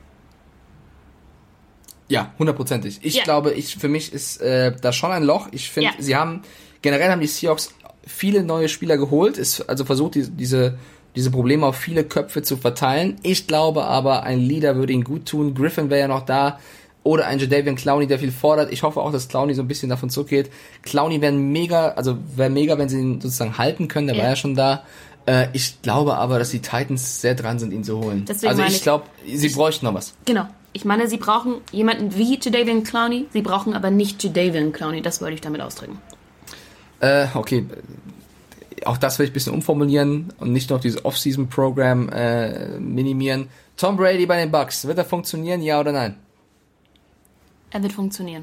Ja, 100%. Ich glaube, für mich ist da schon ein Loch. Ich finde, generell haben die Seahawks viele neue Spieler geholt, ist also versucht, diese Probleme auf viele Köpfe zu verteilen. Ich glaube aber, ein Leader würde ihn gut tun. Griffin wäre ja noch da. Oder ein Jadeveon Clowney, der viel fordert. Ich hoffe auch, dass Clowney so ein bisschen davon zurückgeht. Clowney wäre mega, wenn sie ihn sozusagen halten können. Der war ja schon da. Ich glaube aber, dass die Titans sehr dran sind, ihn zu holen. Deswegen also ich glaube, sie bräuchten noch was. Genau. Ich meine, sie brauchen jemanden wie Jadeveon Clowney, sie brauchen aber nicht Jadeveon Clowney, das wollte ich damit ausdrücken. Okay. Auch das will ich ein bisschen umformulieren und nicht noch dieses Off-Season-Programm minimieren. Tom Brady bei den Bucks, wird er funktionieren, ja oder nein? Er wird funktionieren.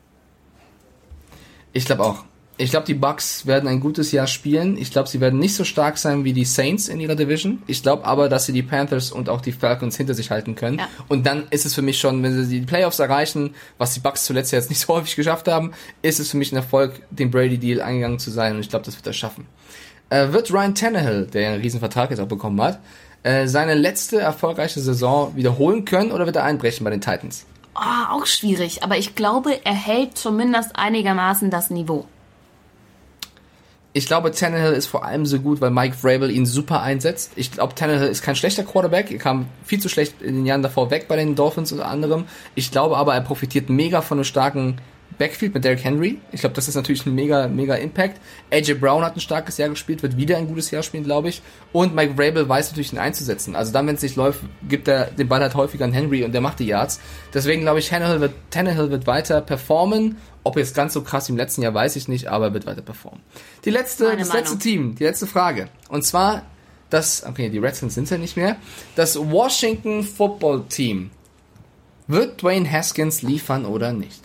Ich glaube auch. Ich glaube, die Bucks werden ein gutes Jahr spielen. Ich glaube, sie werden nicht so stark sein wie die Saints in ihrer Division. Ich glaube aber, dass sie die Panthers und auch die Falcons hinter sich halten können. Ja. Und dann ist es für mich schon, wenn sie die Playoffs erreichen, was die Bucks zuletzt jetzt nicht so häufig geschafft haben, ist es für mich ein Erfolg, den Brady-Deal eingegangen zu sein. Und ich glaube, das wird er schaffen. Wird Ryan Tannehill, der einen riesen Vertrag jetzt auch bekommen hat, seine letzte erfolgreiche Saison wiederholen können oder wird er einbrechen bei den Titans? Auch schwierig. Aber ich glaube, er hält zumindest einigermaßen das Niveau. Ich glaube, Tannehill ist vor allem so gut, weil Mike Vrabel ihn super einsetzt. Ich glaube, Tannehill ist kein schlechter Quarterback. Er kam viel zu schlecht in den Jahren davor weg bei den Dolphins unter anderem. Ich glaube aber, er profitiert mega von einem starken Backfield mit Derrick Henry. Ich glaube, das ist natürlich ein mega Impact. AJ Brown hat ein starkes Jahr gespielt, wird wieder ein gutes Jahr spielen, glaube ich. Und Mike Vrabel weiß natürlich, ihn einzusetzen. Also dann, wenn es nicht läuft, gibt er den Ball halt häufiger an Henry und der macht die Yards. Deswegen glaube ich, Tannehill wird weiter performen. Ob jetzt ganz so krass wie im letzten Jahr, weiß ich nicht, aber er wird weiter performen. Das letzte Team, die letzte Frage. Und zwar die Redskins sind ja nicht mehr. Das Washington Football Team. Wird Dwayne Haskins liefern oder nicht?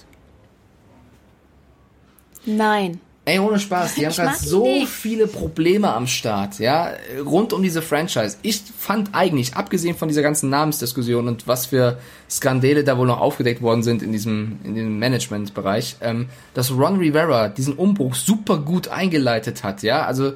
Nein. Ey, ohne Spaß, die haben gerade so viele Probleme am Start, ja, rund um diese Franchise. Ich fand eigentlich, abgesehen von dieser ganzen Namensdiskussion und was für Skandale da wohl noch aufgedeckt worden sind in diesem Management-Bereich, dass Ron Rivera diesen Umbruch super gut eingeleitet hat, ja, also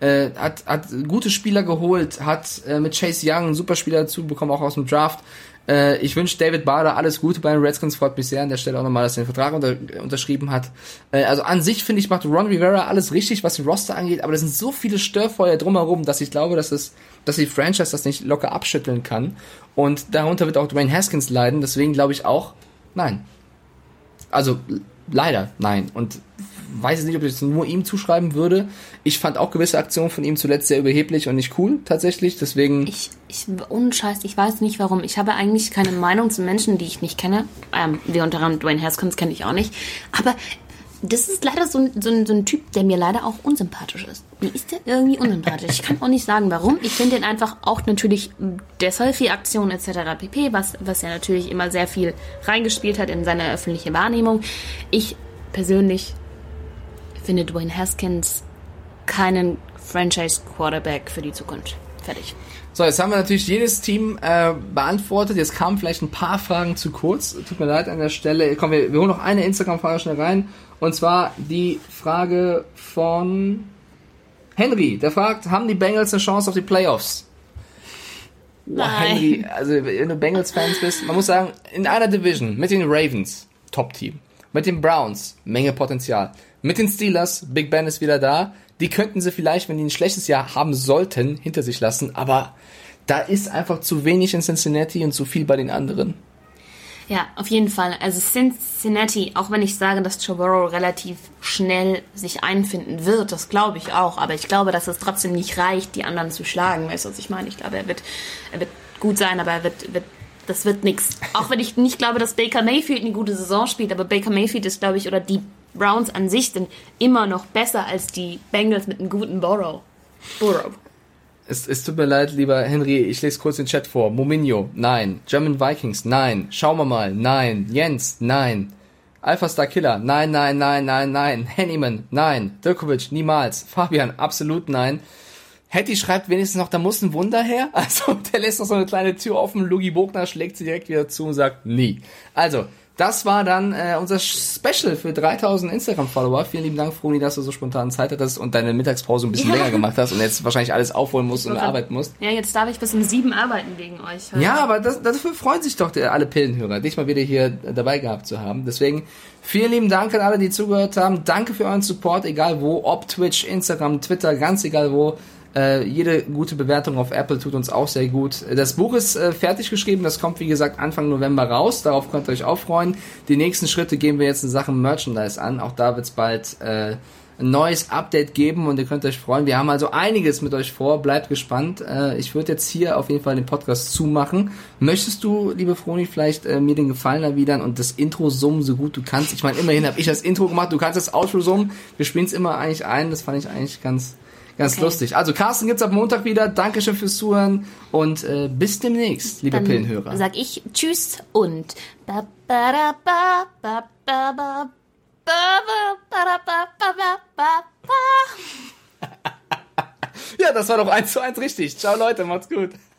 hat gute Spieler geholt, hat mit Chase Young einen super Spieler dazu bekommen, auch aus dem Draft. Ich wünsche David Bader alles Gute bei den Redskins, freut mich sehr an der Stelle auch nochmal, dass er den Vertrag unterschrieben hat. Also an sich, finde ich, macht Ron Rivera alles richtig, was den Roster angeht, aber da sind so viele Störfeuer drumherum, dass ich glaube, dass die Franchise das nicht locker abschütteln kann. Und darunter wird auch Dwayne Haskins leiden, deswegen glaube ich auch, nein. Also, leider, nein. Und weiß ich nicht, ob ich es nur ihm zuschreiben würde. Ich fand auch gewisse Aktionen von ihm zuletzt sehr überheblich und nicht cool, tatsächlich, deswegen... Ohne Scheiß, ich weiß nicht warum. Ich habe eigentlich keine Meinung zu Menschen, die ich nicht kenne. Wie unter anderem Dwayne Haskins kenne ich auch nicht. Aber das ist leider so ein Typ, der mir leider auch unsympathisch ist. Mir ist der irgendwie unsympathisch. Ich kann auch nicht sagen, warum. Ich finde ihn einfach auch natürlich der Selfie-Aktion etc. pp., was ja natürlich immer sehr viel reingespielt hat in seine öffentliche Wahrnehmung. Ich persönlich finde Dwayne Haskins keinen Franchise-Quarterback für die Zukunft. Fertig. So, jetzt haben wir natürlich jedes Team beantwortet. Jetzt kamen vielleicht ein paar Fragen zu kurz. Tut mir leid an der Stelle. Komm, wir holen noch eine Instagram-Frage schnell rein. Und zwar die Frage von Henry. Der fragt, haben die Bengals eine Chance auf die Playoffs? Nein. Henry, also wenn du Bengals-Fans bist, man muss sagen, in einer Division mit den Ravens, Top-Team, mit den Browns, Menge Potenzial, mit den Steelers, Big Ben ist wieder da, die könnten sie vielleicht, wenn die ein schlechtes Jahr haben sollten, hinter sich lassen, aber da ist einfach zu wenig in Cincinnati und zu viel bei den anderen. Ja, auf jeden Fall. Also Cincinnati, auch wenn ich sage, dass Joe Burrow relativ schnell sich einfinden wird, das glaube ich auch, aber ich glaube, dass es trotzdem nicht reicht, die anderen zu schlagen. Weißt du, was ich meine? Ich glaube, er wird gut sein, aber das wird nichts. Auch wenn ich nicht glaube, dass Baker Mayfield eine gute Saison spielt, aber Baker Mayfield ist, glaube ich, oder die Browns an sich sind immer noch besser als die Bengals mit einem guten Burrow. Es tut mir leid, lieber Henry, ich lese kurz den Chat vor. Mominho, nein. German Vikings, nein. Schauen wir mal, nein. Jens, nein. Alpha Star Killer, nein. Henneman, nein. Dirkovic, niemals. Fabian, absolut nein. Hetty schreibt wenigstens noch, da muss ein Wunder her. Also, der lässt noch so eine kleine Tür offen. Lugi Bogner schlägt sie direkt wieder zu und sagt, nie. Also, das war dann unser Special für 3000 Instagram-Follower. Vielen lieben Dank, Froni, dass du so spontan Zeit hattest und deine Mittagspause ein bisschen länger gemacht hast und jetzt wahrscheinlich alles aufholen musst und arbeiten musst. Ja, jetzt darf ich bis um 7 arbeiten wegen euch. Heute. Ja, aber dafür freuen sich doch alle Pillenhörer, dich mal wieder hier dabei gehabt zu haben. Deswegen vielen lieben Dank an alle, die zugehört haben. Danke für euren Support, egal wo, ob Twitch, Instagram, Twitter, ganz egal wo. Jede gute Bewertung auf Apple tut uns auch sehr gut. Das Buch ist fertig geschrieben, das kommt wie gesagt Anfang November raus, darauf könnt ihr euch auch freuen. Die nächsten Schritte gehen wir jetzt in Sachen Merchandise an, auch da wird es bald ein neues Update geben und ihr könnt euch freuen. Wir haben also einiges mit euch vor, bleibt gespannt. Ich würde jetzt hier auf jeden Fall den Podcast zumachen. Möchtest du, liebe Froni, vielleicht mir den Gefallen erwidern und das Intro summen, so gut du kannst? Ich meine, immerhin habe ich das Intro gemacht, du kannst das Outro summen. Wir spielen es immer eigentlich ein, das fand ich eigentlich ganz lustig. Also Carsten gibt's ab Montag wieder. Dankeschön fürs Zuhören und bis demnächst, liebe Dann Pillenhörer. Sag ich Tschüss und Ja, das war doch 1:1 richtig. Ciao Leute, macht's gut.